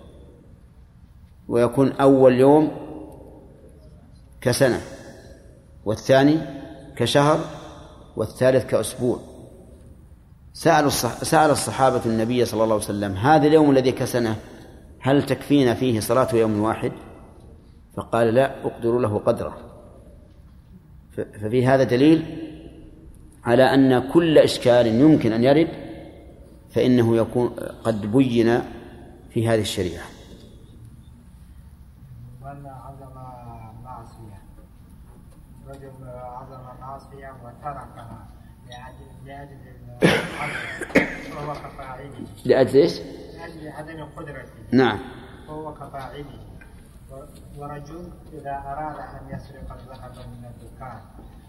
S1: ويكون أول يوم كسنة، والثاني كشهر، والثالث كأسبوع، سأل سأل الصحابة النبي صلى الله عليه وسلم هذا اليوم الذي كسنة هل تكفينا فيه صلاة يوم واحد؟ فقال لا، أقدر له قدره. ففي هذا دليل على أن كل إشكال يمكن أن يرد فإنه يكون قد بين في هذه الشريعة.
S2: من عزم معصية، رجل عزم معصية وتركها لأجل فهو كفاعله.
S1: لأجل إيش؟
S2: لأجل عدم قدرته.
S1: نعم.
S2: فهو كفاعله. ورجل إذا أراد أن يسرق الذهب من الدكان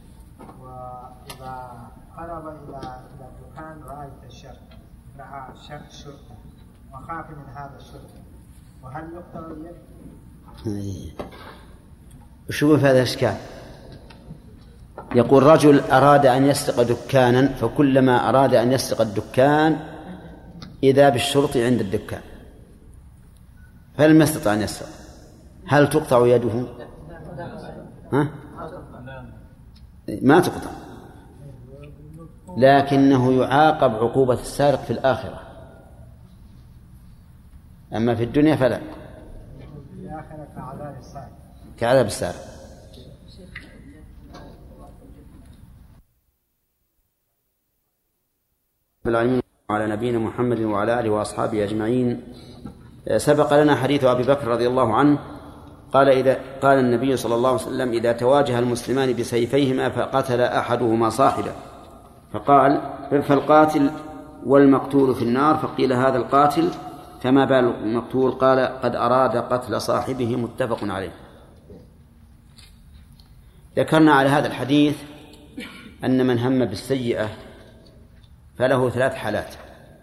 S2: وإذا قرب إلى الدكان رأى الشرطة رأى شرطة وخاف من هذا الشرطة، وهل يقطع اليد؟
S1: وشو في هذا الإشكال؟ يقول رجل أراد أن يسرق دكانا، فكلما أراد أن يسرق الدكان إذا بالشرطي عند الدكان فلم يستطع أن يسرق، هل تقطع يده؟ ها؟ ما تقطع، لكنه يعاقب عقوبة السارق في الآخرة، أما في الدنيا فلا.
S2: في الآخرة كعذاب السارق.
S1: كعذاب السارق. العالمين على نبينا محمد وعلى آله وأصحابه أجمعين. سبق لنا حديث أبي بكر رضي الله عنه قال إذا قال النبي صلى الله عليه وسلم إذا تواجه المسلمان بسيفيهما فقتل أحدهما صاحبه فقال فالقاتل والمقتول في النار، فقيل هذا القاتل فما بال المقتول؟ قال قد أراد قتل صاحبه، متفق عليه. ذكرنا على هذا الحديث أن من هم بالسيئة فله ثلاث حالات.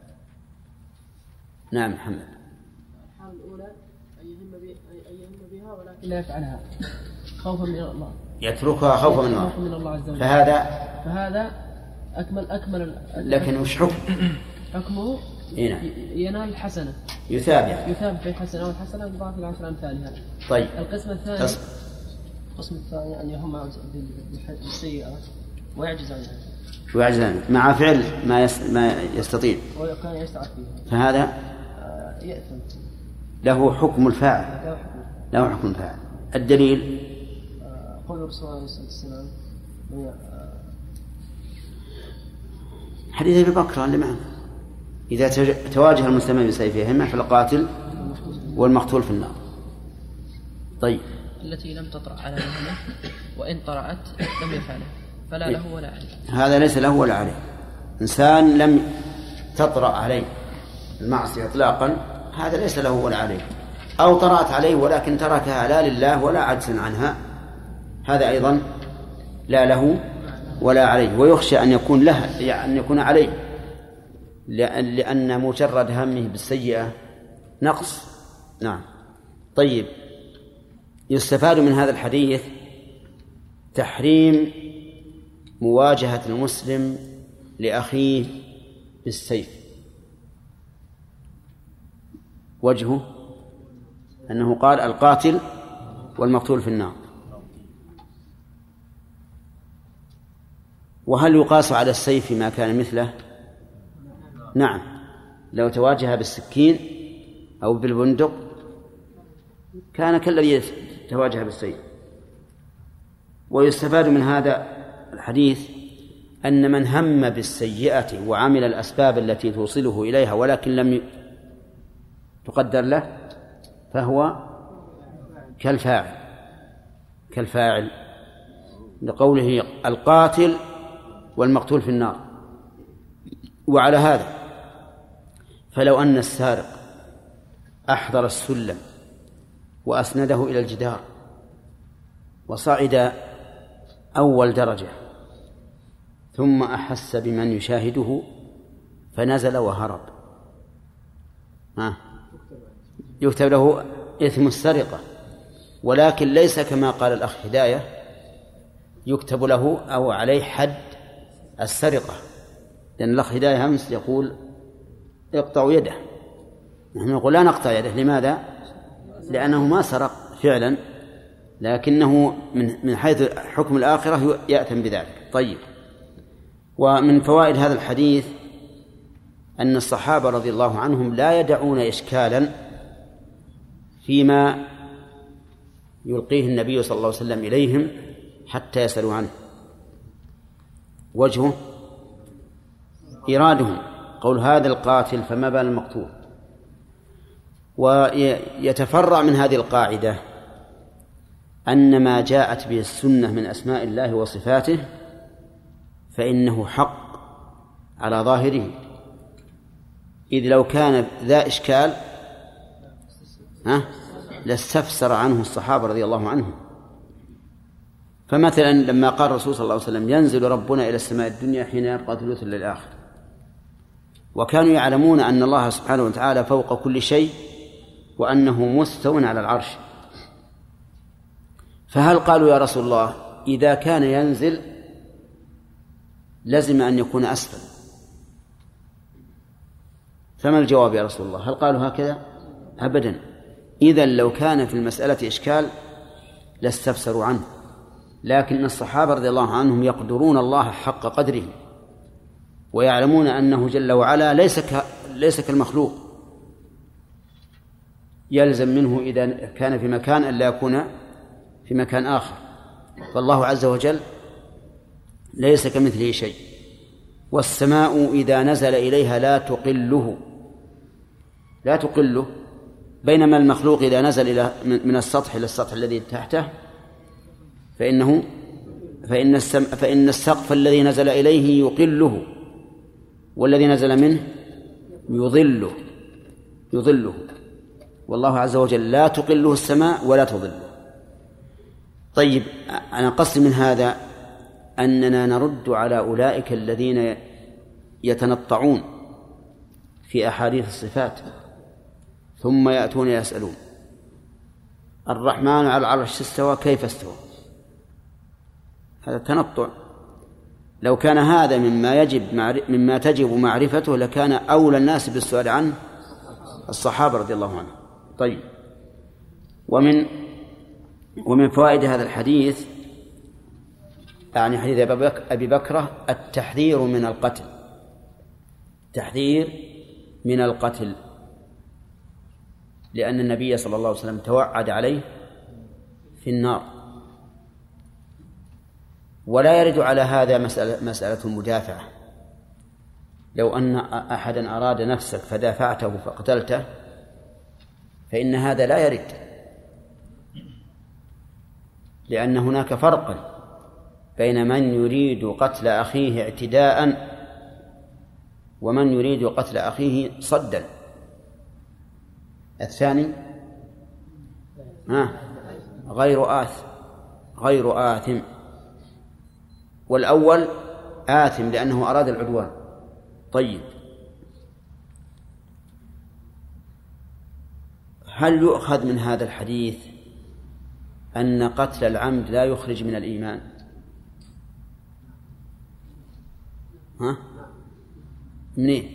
S1: نعم محمد.
S3: الحالة الأولى أن يهم بها ولكن لا يفعلها خوفا من الله،
S1: يتركها خوفا من الله,
S3: من الله عز وجل.
S1: فهذا
S3: فهذا أكمل أكمل
S1: لكن وش حكم؟
S3: حكمه
S1: هنا
S3: ينال الحسنة،
S1: يثاب يعني.
S3: يثاب في حسنة، والحسنة بضعف العشر أمثالها.
S1: طيب.
S3: القسم الثاني
S1: تص...
S3: القسم الثاني أن يهم بالسيئة ويعجز عنها،
S1: ويعجز عنها مع فعل ما يس... ما يستطيع
S3: وكان يستعد فيها،
S1: فهذا
S3: آه يأثم،
S1: له حكم الفاعل،
S3: له حكم
S1: له حكم الفاعل. الدليل
S3: آه قول الرسول عليه الصلاة والسلام
S1: حديث أبي بكر اللي معنا إذا تواجه المسلمين بسيفيهما فالقاتل والمقتول في النار. طيب.
S3: التي لم تطرأ على مهمة وإن طرأت لم يفعلها فلا له ولا عليه.
S1: هذا ليس له ولا عليه. إنسان لم تطرأ عليه المعصية إطلاقا هذا ليس له ولا عليه، أو طرأت عليه ولكن تركها لا لله ولا عجزا عنها، هذا أيضا لا له ولا عليه. ويخشى أن يكون له يعني أن يكون عليه، لأن مجرد همه بالسيئة نقص. نعم. طيب. يستفاد من هذا الحديث تحريم مواجهة المسلم لأخيه بالسيف. وجهه أنه قال القاتل والمقتول في النار. وهل يقاس على السيف ما كان مثله؟ نعم، لو تواجه بالسكين أو بالبندق كان كالذي تواجه بالسيف. ويستفاد من هذا الحديث أن من هم بالسيئة وعمل الأسباب التي توصله إليها ولكن لم تقدر له فهو كالفاعل كالفاعل لقوله القاتل والمقتول في النار. وعلى هذا فلو أن السارق أحضر السلم وأسنده إلى الجدار وصعد أول درجة ثم أحس بمن يشاهده فنزل وهرب، يكتب له إثم السرقة، ولكن ليس كما قال الأخ هداية يكتب له أو عليه حد السرقة، لأن الأخ هداية أمس يقول يقطع يده، نحن نقول لا نقطع يده. لماذا؟ لأنه ما سرق فعلا، لكنه من من حيث حكم الآخرة يأتم بذلك. طيب، ومن فوائد هذا الحديث أن الصحابة رضي الله عنهم لا يدعون إشكالا فيما يلقيه النبي صلى الله عليه وسلم إليهم حتى يسألوا عنه. وجهه إرادهم قول هذا القاتل فما بال المقتول. ويتفرع من هذه القاعدة أن ما جاءت به السنة من أسماء الله وصفاته فإنه حق على ظاهره، إذ لو كان ذا إشكال ها لاستفسر عنه الصحابة رضي الله عنهم. فمثلا لما قال الرسول صلى الله عليه وسلم ينزل ربنا إلى السماء الدنيا حين يبقى ثلث الليل الآخر، وكانوا يعلمون أن الله سبحانه وتعالى فوق كل شيء وأنه مستو على العرش، فهل قالوا يا رسول الله إذا كان ينزل لازم أن يكون أسفل؟ فما الجواب يا رسول الله؟ هل قالوا هكذا؟ أبدا. إذن لو كان في المسألة إشكال لاستفسروا عنه، لكن الصحابة رضي الله عنهم يقدرون الله حق قدره ويعلمون أنه جل وعلا ليس ك... ليس كالمخلوق، يلزم منه إذا كان في مكان أن لا يكون في مكان آخر. فالله عز وجل ليس كمثله شيء. والسماء إذا نزل إليها لا تقله لا تقله بينما المخلوق إذا نزل إلى من السطح إلى السطح الذي تحته فإنه فإن السم فإن السقف الذي نزل إليه يقله، والذي نزل منه يظله يظله والله عز وجل لا تقله السماء ولا تظله. طيب، أنا قصدي من هذا أننا نرد على أولئك الذين يتنطعون في أحاديث الصفات ثم يأتون يسألون الرحمن على العرش استوى كيف استوى؟ هذا تنطع. لو كان هذا مما يجب مما تجب معرفته لكان أولى الناس بالسؤال عنه الصحابة رضي الله عنهم. طيب، ومن ومن فوائد هذا الحديث يعني حديث أبي بكرة التحذير من القتل، تحذير من القتل، لأن النبي صلى الله عليه وسلم توعد عليه في النار. ولا يرد على هذا مسألة, مسألة المدافعة. لو أن أحدا أراد نفسك فدافعته فقتلته فإن هذا لا يرد، لأن هناك فرقا بين من يريد قتل أخيه اعتداء ومن يريد قتل أخيه صدا. الثاني غير آثم غير آثم والأول آثم لأنه أراد العدوان. طيب، هل يؤخذ من هذا الحديث أن قتل العمد لا يخرج من الإيمان؟ ها؟ منين؟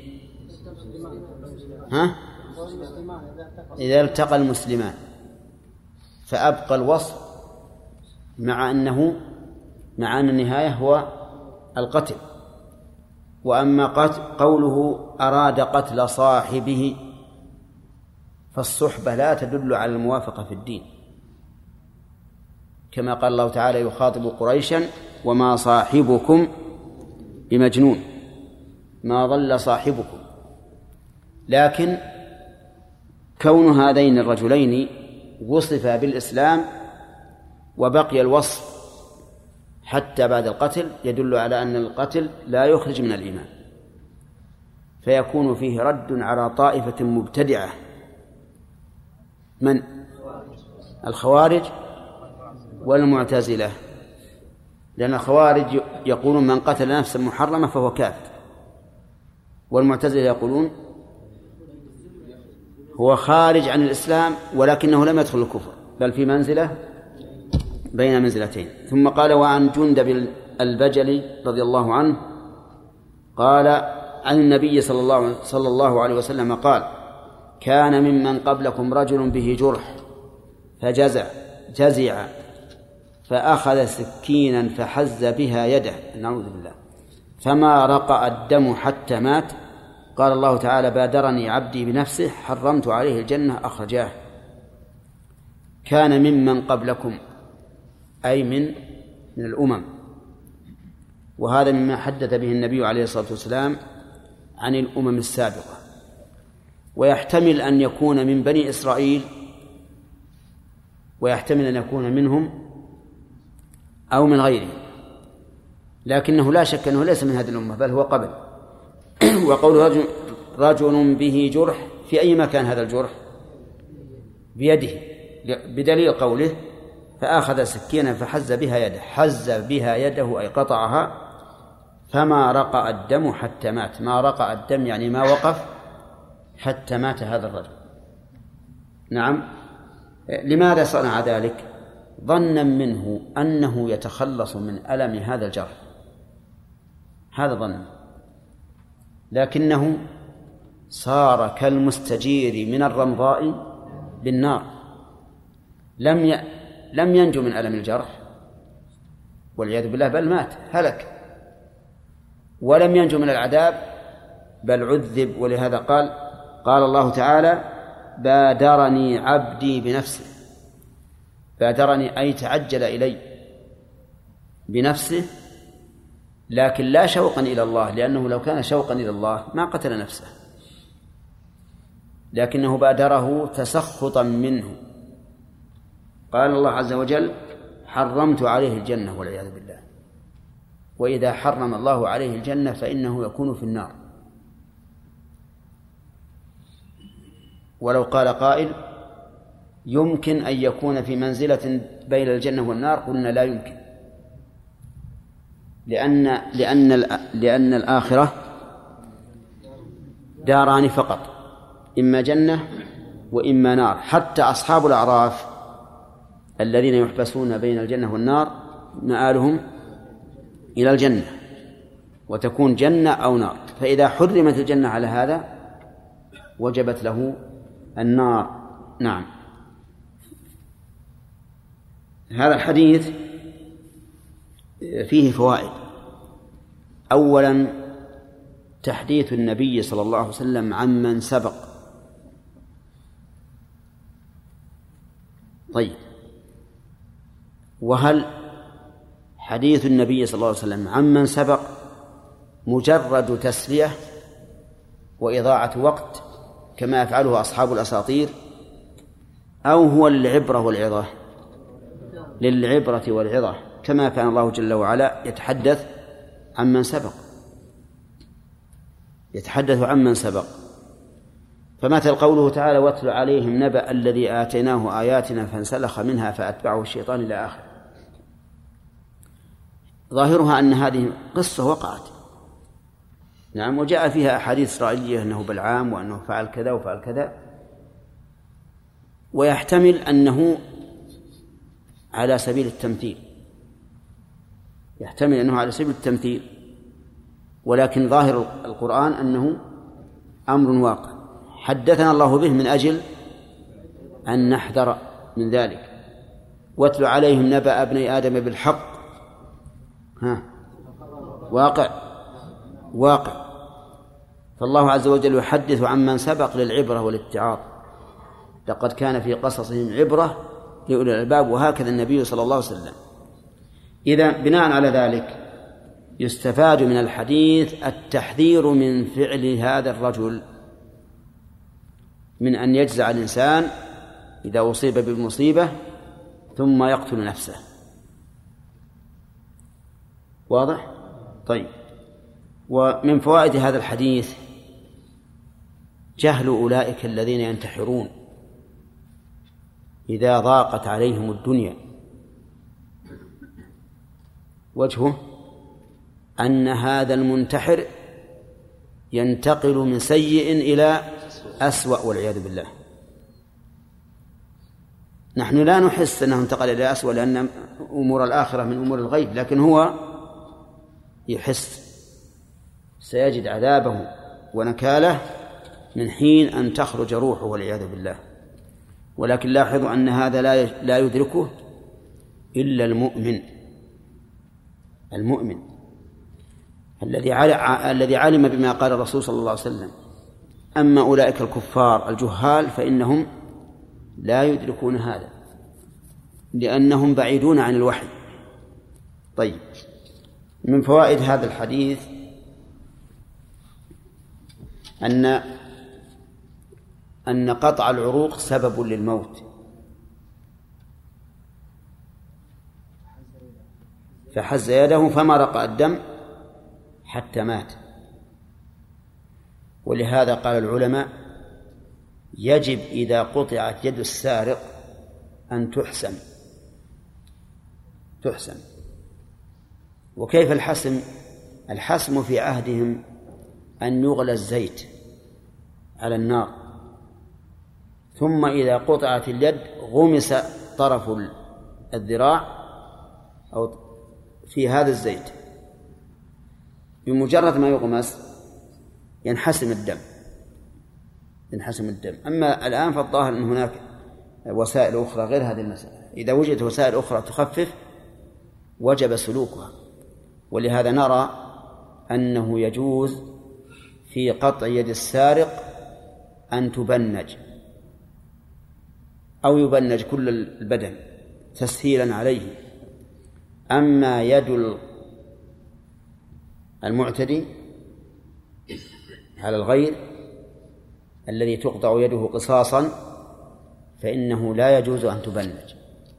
S1: ها؟ إذا التقى المسلمان فأبقى الوصف مع أنه مع أن النهاية هو القتل. وأما قتل قوله أراد قتل صاحبه فالصحبة لا تدل على الموافقة في الدين، كما قال الله تعالى يخاطب قريشا وما صاحبكم بمجنون، ما ضل صاحبكم. لكن كون هذين الرجلين وصفا بالإسلام وبقي الوصف حتى بعد القتل يدل على أن القتل لا يخرج من الإيمان، فيكون فيه رد على طائفة مبتدعة من الخوارج والمعتزلة، لأن الخوارج يقولون من قتل نفسا محرمة فهو كافر، والمعتزلة يقولون هو خارج عن الإسلام ولكنه لم يدخل الكفر بل في منزلة بين منزلتين. ثم قال: وعن جندب البجلي رضي الله عنه قال عن النبي صلى الله, صلى الله عليه وسلم قال: كان ممن قبلكم رجل به جرح فجزع جزع فأخذ سكينا فحز بها يده، نعوذ بالله، فما رقأ الدم حتى مات. قال الله تعالى: بادرني عبدي بنفسه حرمت عليه الجنة، أخرجاه. كان ممن قبلكم أي من من الأمم، وهذا مما حدث به النبي عليه الصلاة والسلام عن الأمم السابقة، ويحتمل أن يكون من بني إسرائيل، ويحتمل أن يكون منهم أو من غيرهم، لكنه لا شك أنه ليس من هذه الأمة بل هو قبل. وقول رجل, رجل به جرح، في أي مكان هذا الجرح؟ بيده، بدليل قوله: فأخذ سكينا فحز بها يده، حز بها يده أي قطعها، فما رقأ الدم حتى مات. ما رقأ الدم يعني ما وقف حتى مات هذا الرجل. نعم. لماذا صنع ذلك؟ ظنا منه أنه يتخلص من ألم هذا الجرح، هذا ظن، لكنه صار كالمستجير من الرمضاء بالنار، لم ي... لم ينجو من ألم الجرح والعياذ بالله، بل مات هلك، ولم ينجو من العذاب بل عذب. ولهذا قال قال الله تعالى: بادرني عبدي بنفسه. بادرني أي تعجل إلي بنفسه، لكن لا شوقا إلى الله، لأنه لو كان شوقا إلى الله ما قتل نفسه، لكنه بادره تسخطا منه. قال الله عز وجل: حرمت عليه الجنة والعياذ بالله. وإذا حرم الله عليه الجنة فإنه يكون في النار. ولو قال قائل: يمكن أن يكون في منزلة بين الجنة والنار، قلنا لا يمكن، لأن لأن لأن الآخرة داران فقط، إما جنة وإما نار. حتى أصحاب الأعراف الذين يحبسون بين الجنة والنار مآلهم إلى الجنة، وتكون جنة أو نار، فإذا حرمت الجنة على هذا وجبت له النار. نعم. هذا الحديث فيه فوائد. أولا تحديث النبي صلى الله عليه وسلم عمن سبق. طيب، وهل حديث النبي صلى الله عليه وسلم عمن سبق مجرد تسلية وإضاعة وقت كما يفعله أصحاب الأساطير، أو هو للعبرة والعظة؟ للعبرة والعظة، كما كان الله جل وعلا يتحدث عمن سبق، يتحدث عمن سبق. فمثل قوله تعالى: واتل عليهم نبأ الذي آتيناه آياتنا فانسلخ منها فأتبعه الشيطان إلى آخره. ظاهرها أن هذه قصة وقعت، نعم، وجاء فيها أحاديث إسرائيلية أنه بلعام وأنه فعل كذا وفعل كذا، ويحتمل أنه على سبيل التمثيل، يحتمل أنه على سبيل التمثيل، ولكن ظاهر القرآن أنه أمر واقع حدثنا الله به من أجل أن نحذر من ذلك. واتل عليهم نبأ ابني آدم بالحق، ها واقع واقع. فالله عز وجل يحدث عمن سبق للعبرة والاتعاظ. لقد كان في قصصهم عبرة لأولي الألباب، وهكذا النبي صلى الله عليه وسلم. إذا بناء على ذلك يستفاد من الحديث التحذير من فعل هذا الرجل، من أن يجزع الإنسان إذا أصيب بالمصيبة ثم يقتل نفسه. واضح؟ طيب. ومن فوائد هذا الحديث جهل أولئك الذين ينتحرون إذا ضاقت عليهم الدنيا. وجهه أن هذا المنتحر ينتقل من سيء إلى أسوأ والعياذ بالله. نحن لا نحس أنه انتقل إلى أسوأ لأن أمور الآخرة من أمور الغيب، لكن هو يحس سيجد عذابه ونكاله من حين أن تخرج روحه والعياذ بالله. ولكن لاحظوا أن هذا لا يدركه إلا المؤمن المؤمن الذي الذي علم بما قال الرسول صلى الله عليه وسلم. أما أولئك الكفار الجهال فإنهم لا يدركون هذا لأنهم بعيدون عن الوحي. طيب. من فوائد هذا الحديث أن أن قطع العروق سبب للموت، فحز يده فمرق الدم حتى مات. ولهذا قال العلماء يجب إذا قطعت يد السارق أن تحسم تحسم وكيف الحسم؟ الحسم في عهدهم أن يغلى الزيت على النار، ثم إذا قطعت اليد غمس طرف الذراع أو في هذا الزيت، بمجرد ما يغمس ينحسم الدم ينحسم الدم. أما الآن فالظاهر أن هناك وسائل أخرى غير هذه المسألة. إذا وجدت وسائل أخرى تخفف وجب سلوكها. ولهذا نرى أنه يجوز في قطع يد السارق أن تبنج أو يبنج كل البدن تسهيلا عليه. أما يد المعتدي على الغير الذي تقطع يده قصاصا فإنه لا يجوز أن تبنج.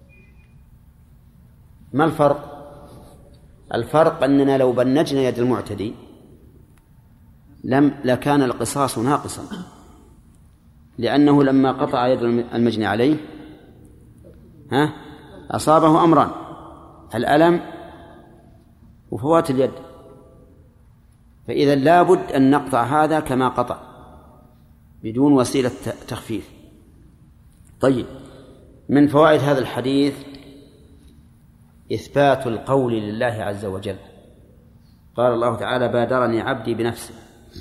S1: ما الفرق؟ الفرق أننا لو بنجنا يد المعتدي لم لكان القصاص ناقصا، لأنه لما قطع يد المجني عليه ها أصابه أمران: الألم وفوات اليد. فإذا لابد أن نقطع هذا كما قطع بدون وسيلة تخفيف. طيب. من فوائد هذا الحديث إثبات القول لله عز وجل. قال الله تعالى: بادرني عبدي بنفسه.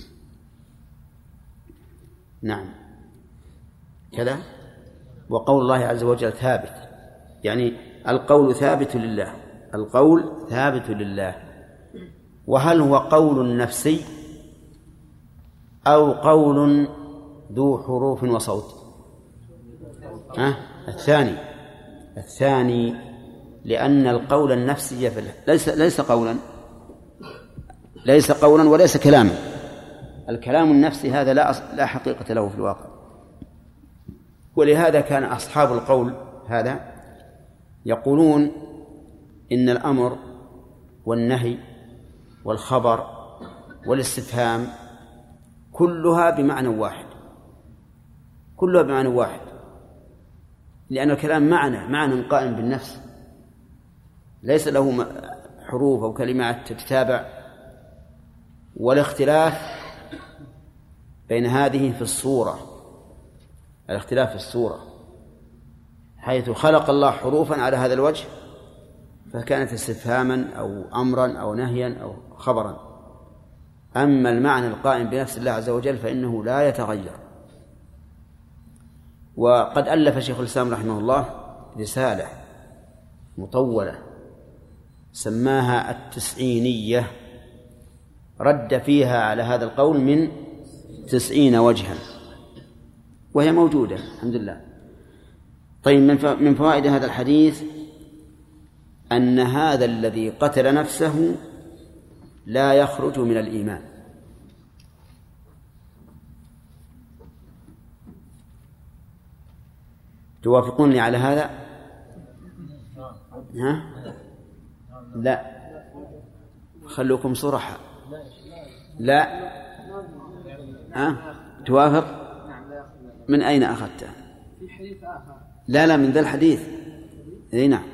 S1: نعم كذا. وقول الله عز وجل ثابت، يعني القول ثابت لله القول ثابت لله. وهل هو قول نفسي أو قول ذو حروف وصوت؟ أه؟ الثاني الثاني لأن القول النفسي ليس ليس قولا ليس قولا وليس كلاما. الكلام النفسي هذا لا لا حقيقة له في الواقع. ولهذا كان أصحاب القول هذا يقولون إن الأمر والنهي والخبر والاستفهام كلها بمعنى واحد كلها بمعنى واحد لأن الكلام معنى معنى قائم بالنفس، ليس له حروف أو كلمات تتتابع. والاختلاف بين هذه في الصورة الاختلاف في الصورة حيث خلق الله حروفا على هذا الوجه فكانت استفهاما أو أمرا أو نهيا أو خبرا. أما المعنى القائم بنفس الله عز وجل فإنه لا يتغير. وقد ألف شيخ الإسلام رحمه الله رسالة مطولة سماها التسعينية، رد فيها على هذا القول من تسعين وجها، وهي موجودة الحمد لله. طيب. من فوائد هذا الحديث أن هذا الذي قتل نفسه لا يخرج من الإيمان. توافقوني على هذا؟ ها؟ لا، خلوكم صرحة. لا. ها؟ توافق؟ من أين أخذتها؟ لا لا، من ذا الحديث. اي نعم.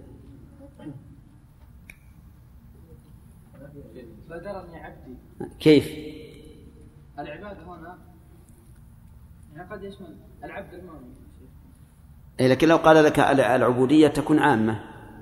S8: بدرني عبدي.
S1: كيف؟
S8: العبادة هنا يعني قد يشمل العبد المؤمن.
S1: إيه، لكن لو قال لك العبودية تكون عامة.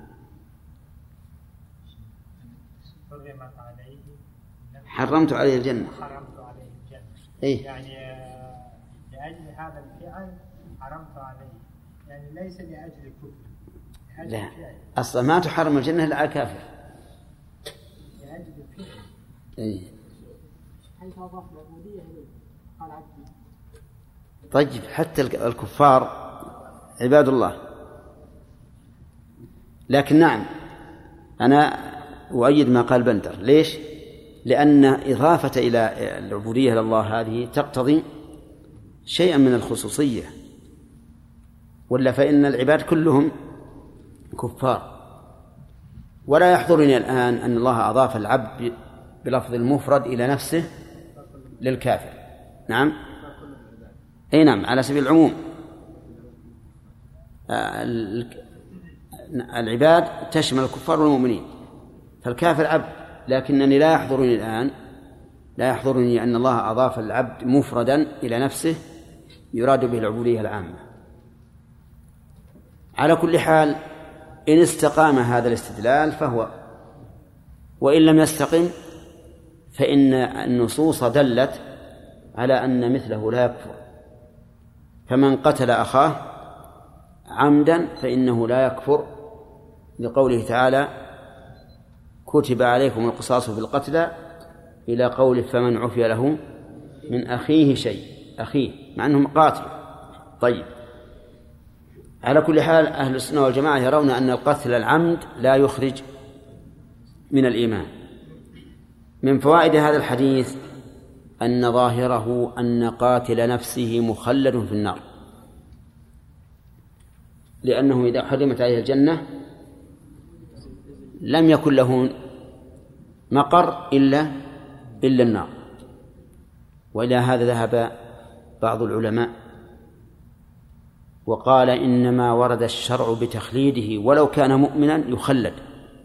S1: حرمت عليه الجنة.
S2: حرمت عليه الجنة.
S1: إيه؟
S2: يعني لأجل هذا الفعل حرمت عليه، يعني ليس لأجل كفر.
S1: لا، أصلا ما تحرم الجنة إلا على الكافر.
S2: لأجل الفعل.
S1: إيه.
S8: حيث أضاف العبودية قال عبدي.
S1: طيب، حتى الكفار عباد الله. لكن نعم، أنا أؤيد ما قال بندر. ليش؟ لأن إضافة إلى العبودية لله هذه تقتضي شيئا من الخصوصية، ولا فإن العباد كلهم كفار. ولا يحضرني الآن أن الله أضاف العبد بلفظ المفرد إلى نفسه للكافر. نعم، أي نعم، على سبيل العموم. العباد تشمل الكفار والمؤمنين، فالكافر عبد. لكنني لا يحضرني الآن لا يحضرني أن الله أضاف العبد مفردا إلى نفسه يراد به العبودية العامة. على كل حال، إن استقام هذا الاستدلال فهو، وإن لم يستقم فإن النصوص دلت على أن مثله لا يكفر. فمن قتل أخاه عمدا فإنه لا يكفر، لقوله تعالى: كتب عليكم القصاص في القتلى، إلى قوله: فمن عفي له من أخيه شيء، أخيه مع أنهم قاتل. طيب، على كل حال أهل السنة والجماعة يرون أن القتل العمد لا يخرج من الإيمان. من فوائد هذا الحديث أن ظاهره أن قاتل نفسه مخلد في النار، لأنه إذا حرمت عليه الجنة لم يكن له مقر إلا إلا النار. وإلى هذا ذهب بعض العلماء وقال: إنما ورد الشرع بتخليده ولو كان مؤمنا يخلد،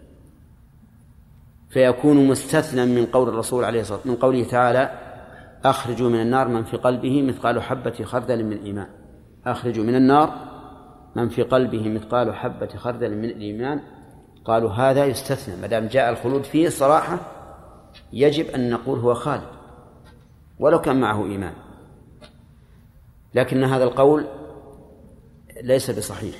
S1: فيكون مستثنى من قول الرسول عليه الصلاة والسلام، من قوله تعالى: أخرجوا من النار من في قلبه مثقال حبة خردل من الإيمان. أخرجوا من النار من في قلبه مثقال حبة خردل من الإيمان. قالوا هذا يستثنى، ما دام جاء الخلود فيه صراحة يجب أن نقول هو خالد ولو كان معه إيمان. لكن هذا القول ليس بصحيح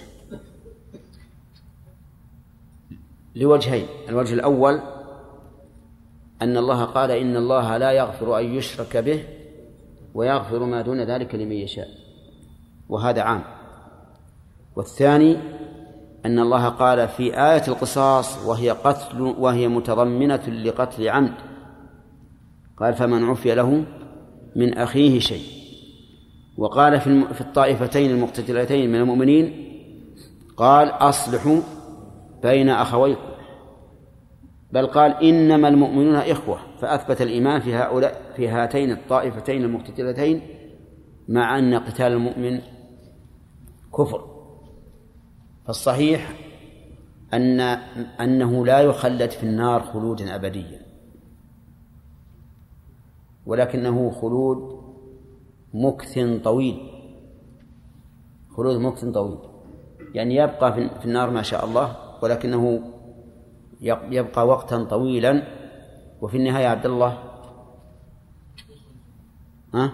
S1: لوجهين. الوجه الأول أن الله قال: إن الله لا يغفر أن يشرك به ويغفر ما دون ذلك لمن يشاء، وهذا عام. والثاني أن الله قال في آية القصاص وهي قتل وهي متضمنة لقتل عمد، قال: فمن عفي له من أخيه شيء. وقال في الطائفتين المقتتلتين من المؤمنين قال: أصلحوا بين أخويكم، بل قال: إنما المؤمنون إخوة، فأثبت الإيمان في هؤلاء في هاتين الطائفتين المقتتلتين، مع أن قتال المؤمن كفر. فالصحيح أن أنه لا يخلد في النار خلودا أبديا، ولكنه خلود مكث طويل، خلود مكث طويل، يعني يبقى في النار ما شاء الله، ولكنه يبقى وقتا طويلا، وفي النهاية عبد الله ها؟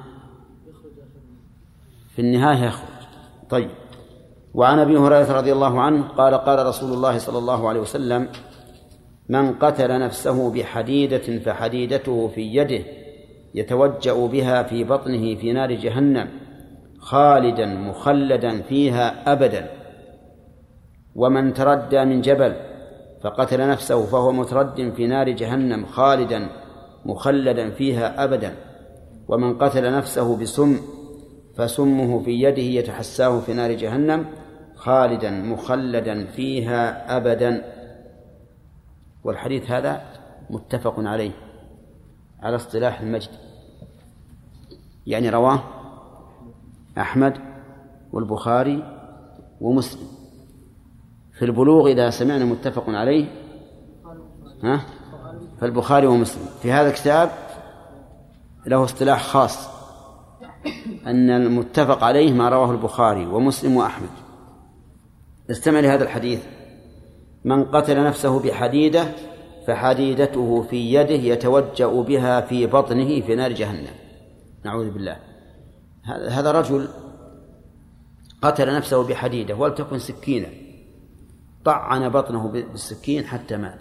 S1: في النهاية يخرج. طيب. وعن أبي هريرة رضي الله عنه قال: قال رسول الله صلى الله عليه وسلم: من قتل نفسه بحديدة فحديدته في يده يتوجأ بها في بطنه في نار جهنم خالدا مخلدا فيها أبدا، ومن تردى من جبل فقتل نفسه فهو مترد في نار جهنم خالدا مخلدا فيها أبدا، ومن قتل نفسه بسم فسمه في يده يتحساه في نار جهنم خالدا مخلدا فيها أبدا. والحديث هذا متفق عليه على اصطلاح المجد، يعني رواه أحمد والبخاري ومسلم. في البلوغ إذا سمعنا متفق عليه ها فالبخاري ومسلم. في هذا الكتاب له اصطلاح خاص أن المتفق عليه ما رواه البخاري ومسلم وأحمد. استمع لهذا الحديث: من قتل نفسه بحديدة فحديدته في يده يتوجأ بها في بطنه في نار جهنم. نعوذ بالله. هذا رجل قتل نفسه بحديدة ولتكن سكينة، طعن بطنه بالسكين حتى مات،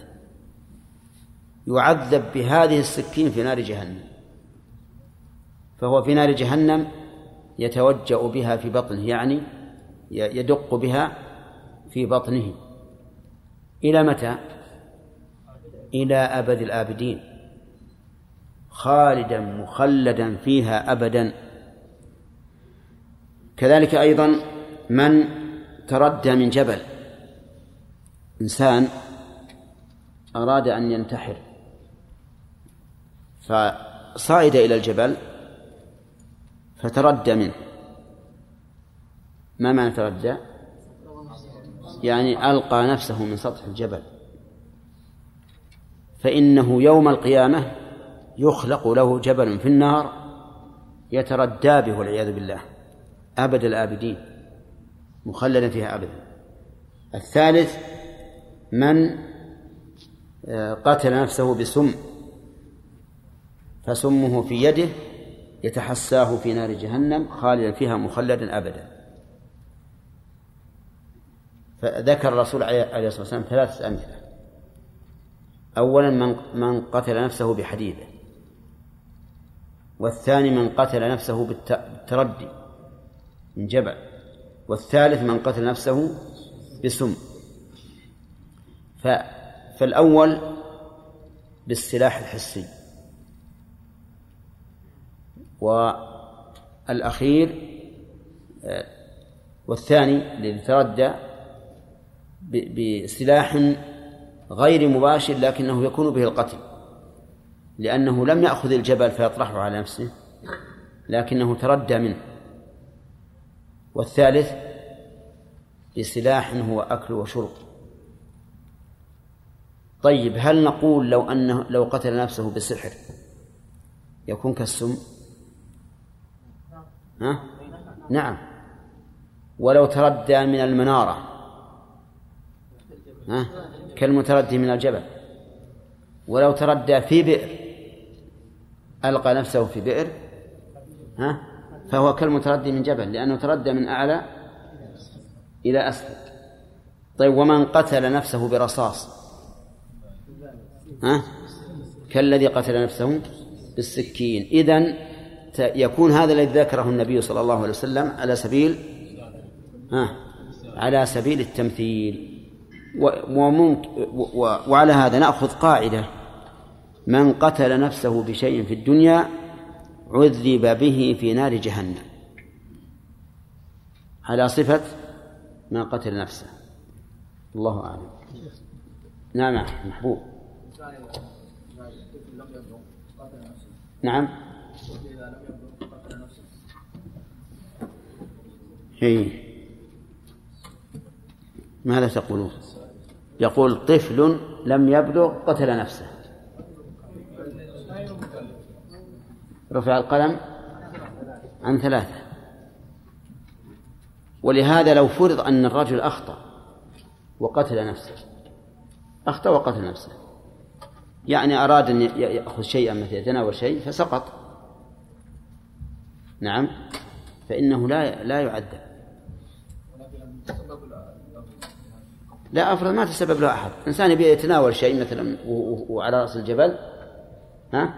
S1: يعذب بهذه السكين في نار جهنم، فهو في نار جهنم يتوجأ بها في بطنه، يعني يدق بها في بطنه. إلى متى؟ إلى أبد الآبدين، خالدا مخلدا فيها أبدا. كذلك أيضا من تردى من جبل، إنسان أراد أن ينتحر فصعد إلى الجبل فتردى منه. ما معنى تردى؟ يعني ألقى نفسه من سطح الجبل، فإنه يوم القيامة يخلق له جبل في النار يتردى به والعياذ بالله أبد الآبدين مخلدا فيها أبدا. الثالث من قتل نفسه بسم فسمه في يده يتحساه في نار جهنم خالدا فيها مخلدا أبدا. فذكر الرسول عليه الصلاة والسلام ثلاثة أمثلة: أولا من من قتل نفسه بحديدة، والثاني من قتل نفسه بالتردي من جبل، والثالث من قتل نفسه بسم. فالأول بالسلاح الحسي، والأخير والثاني الذي تردى بسلاح غير مباشر لكنه يكون به القتل، لأنه لم يأخذ الجبل فيطرحه على نفسه لكنه تردى منه. والثالث بسلاح هو أكل وشرب. طيب، هل نقول لو أنه لو قتل نفسه بسحر يكون كالسم؟ ها؟ نعم. ولو تردى من المنارة ها؟ كالمتردي من الجبل. ولو تردى في بئر ألقى نفسه في بئر ها؟ فهو كالمتردي من جبل، لأنه تردى من أعلى إلى أسفل. طيب، ومن قتل نفسه برصاص ها؟ كالذي قتل نفسه بالسكين. إذن يكون هذا الذي ذكره النبي صلى الله عليه وسلم على سبيل ها؟ على سبيل التمثيل. وممكن وعلى هذا نأخذ قاعدة: من قتل نفسه بشيء في الدنيا عذب به في نار جهنم، على صفة من قتل نفسه. الله أعلم. نعم محبوب. نعم. هي ماذا تقولون؟ يقول طفل لم يبلغ قتل نفسه، رفع القلم عن ثلاثة. ولهذا لو فرض أن الرجل أخطأ وقتل نفسه، أخطأ وقتل نفسه، يعني أراد أن يأخذ شيئا مثل يتناول شيء فسقط، نعم، فإنه لا لا يعذب. لا، أفرض ما تسبب له أحد، إنسان يبي يتناول شيء مثلا وعلى رأس الجبل ها،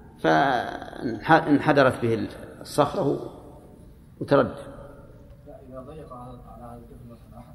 S1: فانحدرت به الصخرة وترد.
S8: إذا ضيق على هذا الطفل مثلا أحد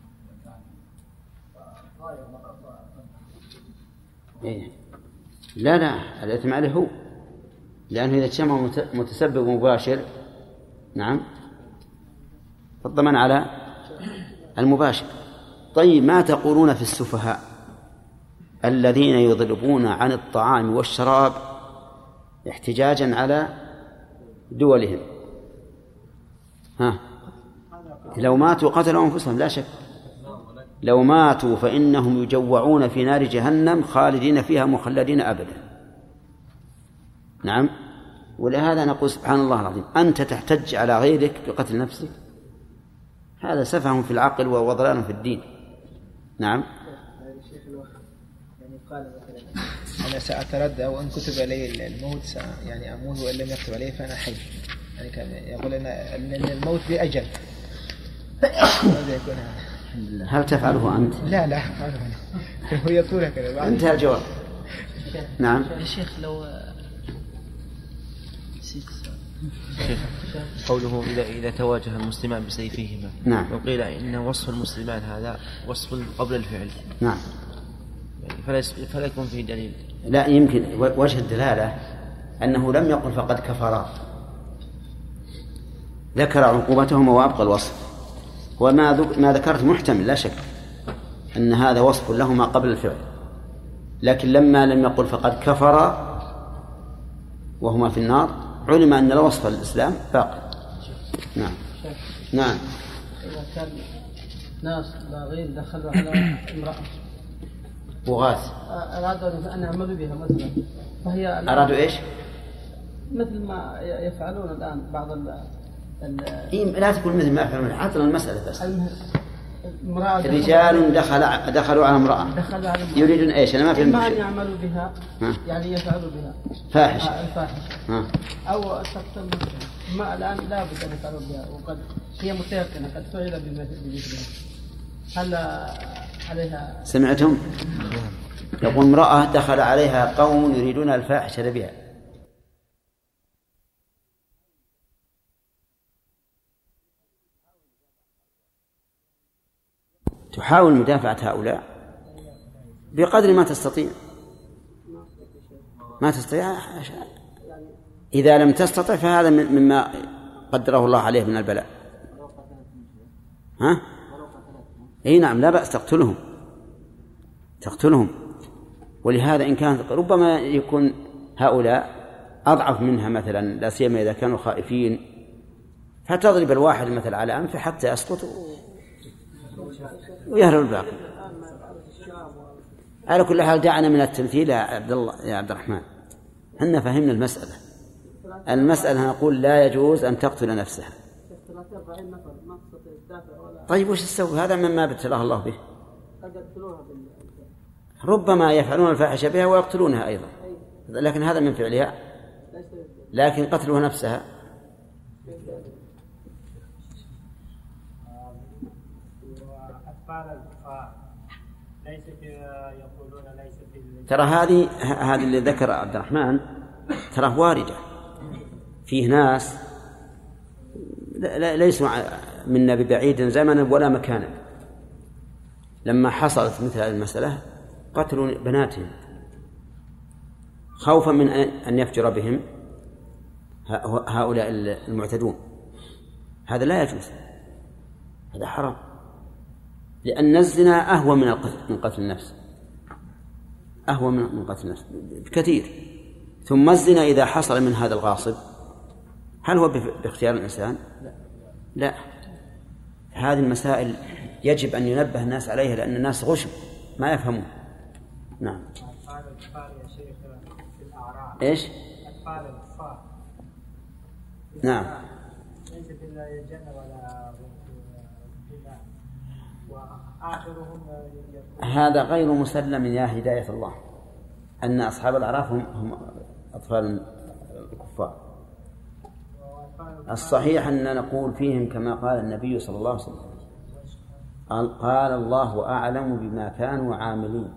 S1: إيه. لا لا، الإثم عليه هو، لأنه إذا اجتمع متسبب مباشر نعم فالضمان على المباشر. طيب ما تقولون في السفهاء الذين يضربون عن الطعام والشراب احتجاجا على دولهم؟ ها، لو ماتوا قتلوا أنفسهم لا شك، لو ماتوا فإنهم يجوعون في نار جهنم خالدين فيها مخلدين أبدا. نعم. ولهذا نقول سبحان الله العظيم، أنت تحتج على غيرك بقتل نفسك؟ هذا سفه في العقل وضلال في الدين. نعم.
S2: يعني قال مثلا أنا سأتردى أو إن كتب علي الموت يعني أموت وإن لم يكتب علي فأنا حي، يعني كان يقول أن الموت بأجل.
S1: هل تفعله أنت؟
S2: لا لا هو يقول هكذا.
S1: انتهى الجواب. نعم.
S3: يا شيخ لو
S4: قوله إذا إذا تواجه المسلمان بسيفيهما،
S1: نعم،
S4: وقيل إن وصف المسلمان هذا وصف قبل الفعل،
S1: نعم،
S4: يعني فلا فلا يكون فيه دليل.
S1: لا يمكن وجه الدلالة أنه لم يقل فقد كفرا، ذكر عقوبتهما وأبقى الوصف. وما ما ذكرت محتمل لا شك أن هذا وصف لهما قبل الفعل، لكن لما لم يقل فقد كفرا وهما في النار علم أن الوصف الإسلام باقي. نعم. نعم.
S3: إذا كان ناس باغين دخلوا على امرأة
S1: وغاث
S3: أرادوا أن يعملوا بها مثلا، فهي
S1: أرادوا إيش؟
S3: مثل ما يفعلون الآن بعض ال
S1: إيه لا تكون مثل ما يفعلون، عطنا المسألة بس.
S3: رجال
S1: دخل دخلوا على امرأة يريدون إيش؟ أنا ما فهمت.
S3: إما أن يعملوا بها ها. يعني يفعلوا بها
S1: فاحش
S3: آه الفاحش ها. أو تقتل ما الآن لا بد أن يفعلوا بها وقد هي متيقنة قد فعل بمثلها، هل عليها؟
S1: سمعتم؟ يقول امرأة دخل عليها قوم يريدون الفاحشة بها، تحاول مدافعة هؤلاء بقدر ما تستطيع. ما تستطيع إذا لم تستطع فهذا مما قدره الله عليه من البلاء. ها؟ أي نعم لا بأس تقتلهم تقتلهم ولهذا إن كان ربما يكون هؤلاء أضعف منها مثلا، لا سيما إذا كانوا خائفين، فتضرب الواحد مثل على أنفه حتى يسقط ويهرب الباقي. على كل حال دعنا من التمثيل يا عبد الله يا عبد الرحمن، هن فهمنا المسألة. المسألة نقول لا يجوز أن تقتل نفسها. طيب وش السوء؟ هذا مما ابتلاه الله به. ربما يفعلون الفاحشة بها ويقتلونها أيضا، لكن هذا من فعلها، لكن قتلها نفسها ترى هذه هذه اللي ذكر عبد الرحمن ترى واردة. فيه ناس ليسوا منا ببعيد زمنا ولا مكانا، لما حصلت مثل هذه المسألة قتلوا بناتهم خوفا من أن يفجر بهم هؤلاء المعتدون. هذا لا يجوز، هذا حرام، لأن الزنا أهون من من قتل النفس، أهون من قتل النفس بكثير. ثم الزنا إذا حصل من هذا الغاصب هل هو باختيار الإنسان؟ لا. هذه المسائل يجب أن ينبه الناس عليها، لأن الناس غشم ما يفهمون. نعم. إيش؟ نعم. هذا غير مسلم يا هداية الله، أن أصحاب الأعراف هم, هم أطفال الكفار. الصحيح أن نقول فيهم كما قال النبي صلى الله عليه وسلم، قال الله أعلم بما كانوا عاملين.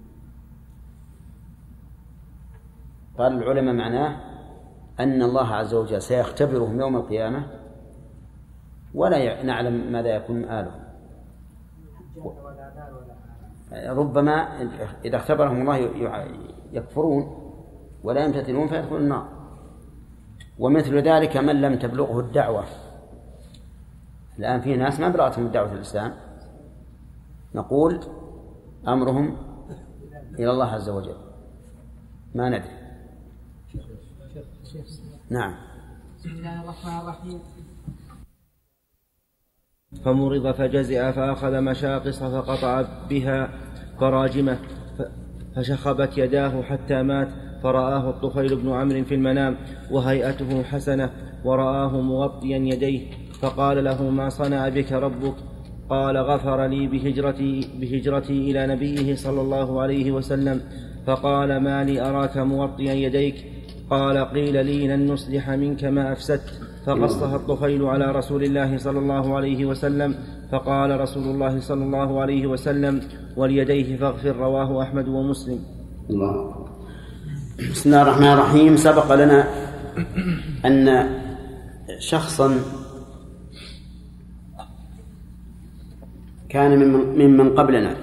S1: قال العلماء معناه أن الله عز وجل سيختبرهم يوم القيامة ولا نعلم ماذا يكون مآلهم. ربما إذا اختبرهم الله يكفرون ولا يمتثلون فيدخلون النار. ومثل ذلك من لم تبلغه الدعوة. الآن في ناس ما بلغتهم دعوة الإسلام نقول أمرهم إلى الله عز وجل، ما ندري. نعم.
S2: بسم الله الرحمن الرحيم.
S4: فمرض فجزع فأخذ مشاقص فقطع بها فراجمه فشخبت يداه حتى مات، فرآه الطفيل بن عمرو في المنام وهيئته حسنة، ورآه مغطيا يديه، فقال له: ما صنع بك ربك؟ قال: غفر لي بهجرتي, بهجرتي إلى نبيه صلى الله عليه وسلم. فقال: ما لي أراك مغطيا يديك؟ قال: قيل لي لن نصلح منك ما أفسدت. فقصها الطفيل على رسول الله صلى الله عليه وسلم، فقال رسول الله صلى الله عليه وسلم: وليديه فاغفر. رواه أحمد ومسلم.
S1: الله. بسم الله الرحمن الرحيم. سبق لنا أن شخصا كان ممن قبلنا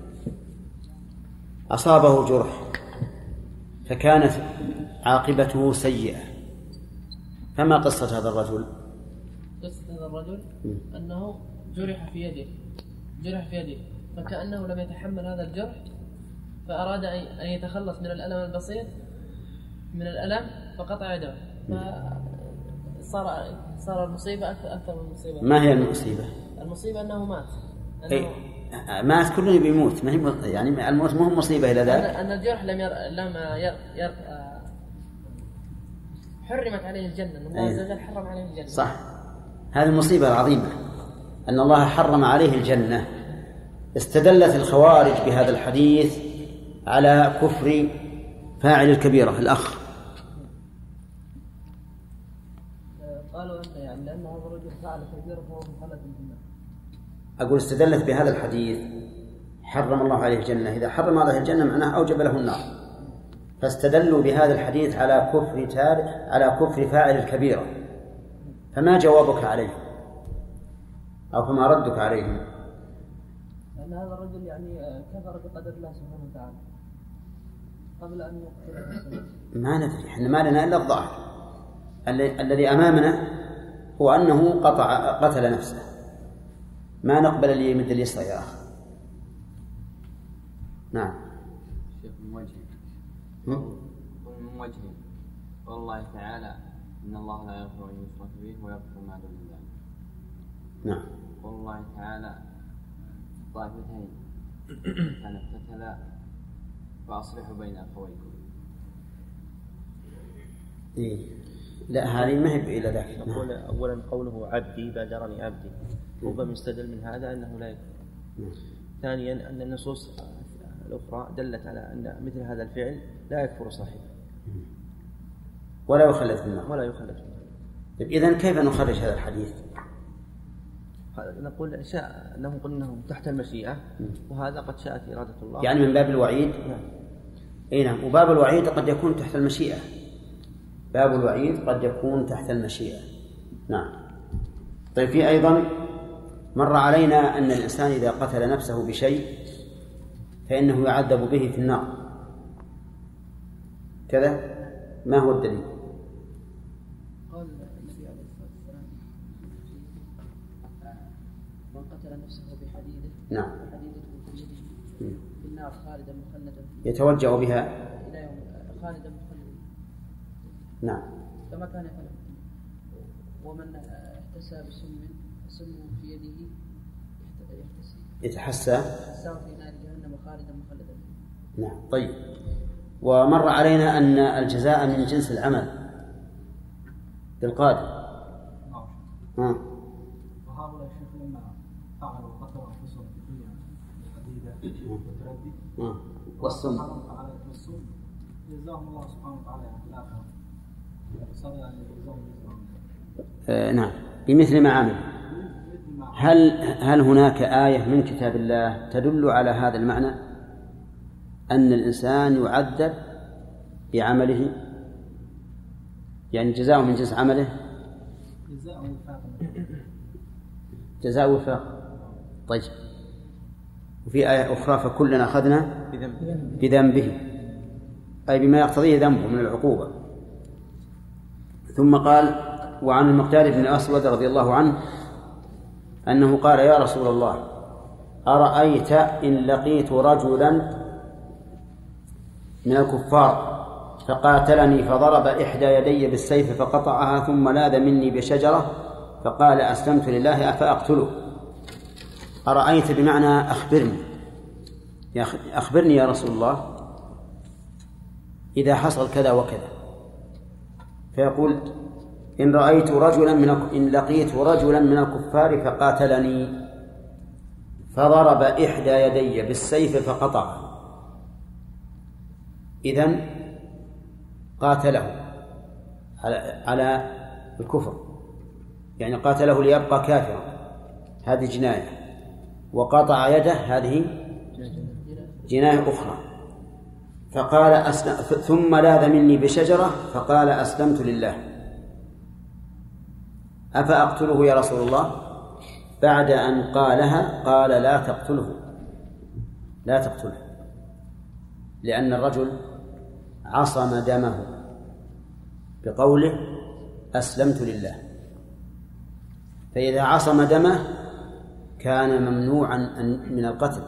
S1: أصابه جرح فكانت عاقبته سيئة، فما قصة هذا الرجل؟
S6: قصة هذا الرجل أنه جرح في يده جرح في يده فكأنه لم يتحمل هذا الجرح، فأراد أن يتخلص من الألم البسيط من الألم فقطع يده، فصار صار المصيبة أكثر من المصيبة.
S1: ما هي المصيبة؟
S6: المصيبة أنه مات. أنه
S1: أي مات، كله بيموت، ما هي يعني الموت مو مصيبة إلى ذلك.
S6: أن الجرح لم ير... لم ير... ير... حرمت عليه الجنة، الله عز وجل حرم عليه الجنة.
S1: صح، هذه المصيبة العظيمة أن الله حرم عليه الجنة. استدلت الخوارج بهذا الحديث على كفر فاعل الكبيرة الأخ.
S6: قالوا أنت يعني لأن هذا الرجل فعل كبيرة فهو مخلد في الجنة.
S1: أقول استدلت بهذا الحديث حرم الله عليه الجنة، إذا حرم عليه الجنة معناه أوجب له النار، فاستدلوا بهذا الحديث على كفر تار على كفر فاعل الكبيرة. فما جوابك عليه أو فما ردك عليهم؟
S6: لأن هذا الرجل يعني كفر بقدر الله سبحانه وتعالى قبل أن يقتل.
S1: ما ندري، إحنا ما لنا إلا الظاهر. الذي أمامنا هو أنه قطع قتل نفسه، ما نقبل اللي يمد اليسرى يا أخي. نعم.
S9: شيخ من وجهه من وجهه والله تعالى إن الله لا يغفر أن يشرك به ويغفر ما دون ذلك.
S1: نعم.
S9: والله تعالى طائفتين كان اقتتلا فأصلحوا بين أخويكم.
S1: إيه. لا هذه ما هي إلى ذاك.
S4: نقول أولا قوله عبدي بادرني عبدي، ربما يستدل من هذا أنه لا يكفر. ثانيا أن النصوص الأخرى دلت على أن مثل هذا الفعل لا يكفر صاحبه
S1: ولا يخلد في النار.
S4: ولا يخلد في النار.
S1: طيب إذن كيف نخرج هذا الحديث؟
S4: نقول شاء أنه قلنا تحت المشيئة، وهذا قد شاءت إرادة الله،
S1: يعني من باب الوعيد.
S4: نعم.
S1: إيه نعم. وباب الوعيد قد يكون تحت المشيئة، باب الوعيد قد يكون تحت المشيئة. نعم. طيب في أيضا مر علينا أن الإنسان إذا قتل نفسه بشيء فإنه يعذب به في النار كذا، ما هو الدليل؟
S6: قال النبي عليه الصلاة والسلام: من قتل نفسه بحديدة
S1: نعم
S6: حديدته في يده في النار خالدا مخلدا
S1: يتوجع بها
S6: إلى يوم خالدا مخلدا.
S1: نعم.
S6: كما كان يفعل. ومن احتسى بسم سمه في يده
S1: يتحسى
S6: يحتسى في نار جهنم خالدا مخلدا.
S1: نعم. طيب. ومر علينا أن الجزاء من جنس العمل بالقادر.
S8: نعم. وهؤلاء الشيخ لما فعلوا قتلوا أنفسهم في الدنيا الحديدة والتردي
S1: والصم
S8: والصم جزاهم الله سبحانه وتعالى في الآخرة. صار يعني جزاهم
S1: آه نعم بمثل ما عمل. هل هل هناك آية من كتاب الله تدل على هذا المعنى أن الإنسان يعذب بعمله، يعني جزاء من جنس عمله؟
S8: جزاء وفاق.
S1: جزاء وفاق. طيب. وفي آية أخرى: فكلنا أخذنا بذنبه، أي بما يقتضيه ذنبه من العقوبة. ثم قال: وعن المقداد بن الأسود رضي الله عنه أنه قال: يا رسول الله، أرأيت إن لقيت رجلا من الكفار فقاتلني فضرب إحدى يدي بالسيف فقطعها ثم لاذ مني بشجرة فقال أسلمت لله أفأقتله. أرأيت بمعنى أخبرني، أخبرني يا رسول الله إذا حصل كذا وكذا. فيقول إن رأيت رجلا من إن لقيت رجلا من الكفار فقاتلني فضرب إحدى يدي بالسيف فقطع، إذن قاتله على على الكفر، يعني قاتله ليبقى كافرا، هذه جناية، وقطع يده هذه جناية أخرى. فقال أسلم ثم لاذ مني بشجرة فقال أسلمت لله أفأقتله يا رسول الله؟ بعد أن قالها قال لا تقتله، لا تقتله، لأن الرجل عصم دمه بقوله أسلمت لله، فإذا عصم دمه كان ممنوعا من القتل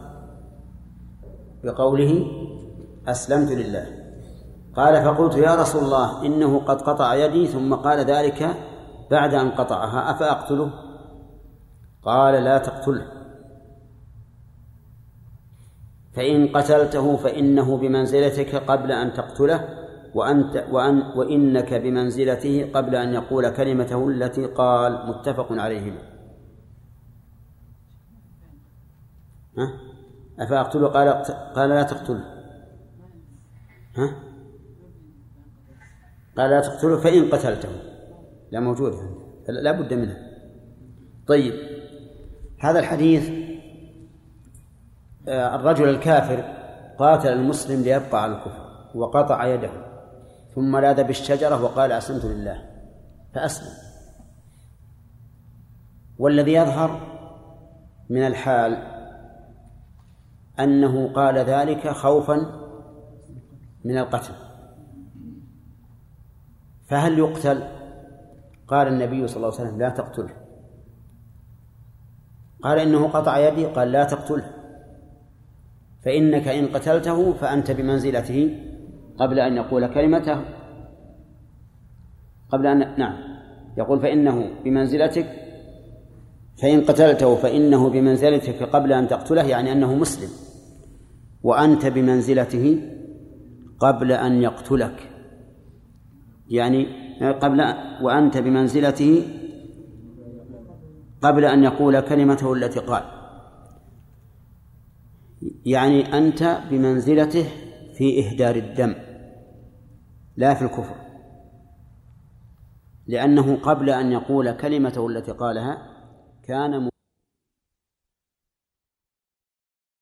S1: بقوله أسلمت لله. قال فقلت يا رسول الله إنه قد قطع يدي ثم قال ذلك بعد أن قطعها أفأقتله؟ قال لا تقتله، فإن قتلته فإنه بمنزلتك قبل أن تقتله، وأنت وأن وإنك بمنزلته قبل أن يقول كلمته التي قال. متفق عليه. ها؟ أفأقتله؟ قال قال لا تقتله. ها؟ قال لا تقتله فإن قتلته، لا موجود، لا بد منه. طيب، هذا الحديث الرجل الكافر قاتل المسلم ليبقى على الكفر وقطع يده ثم لاذ بالشجرة وقال أسلمت لله فأسلم. والذي يظهر من الحال أنه قال ذلك خوفا من القتل، فهل يقتل؟ قال النبي صلى الله عليه وسلم لا تقتله. قال إنه قطع يدي، قال لا تقتله، فإنك إن قتلته فأنت بمنزلته قبل أن يقول كلمته قبل أن نعم يقول فإنه بمنزلتك، فإن قتلته فإنه بمنزلتك قبل أن تقتله، يعني أنه مسلم، وأنت بمنزلته قبل أن يقتلك، يعني قبل وأنت بمنزلته قبل أن يقول كلمته التي قال، يعني أنت بمنزلته في إهدار الدم لا في الكفر، لأنه قبل أن يقول كلمته التي قالها كان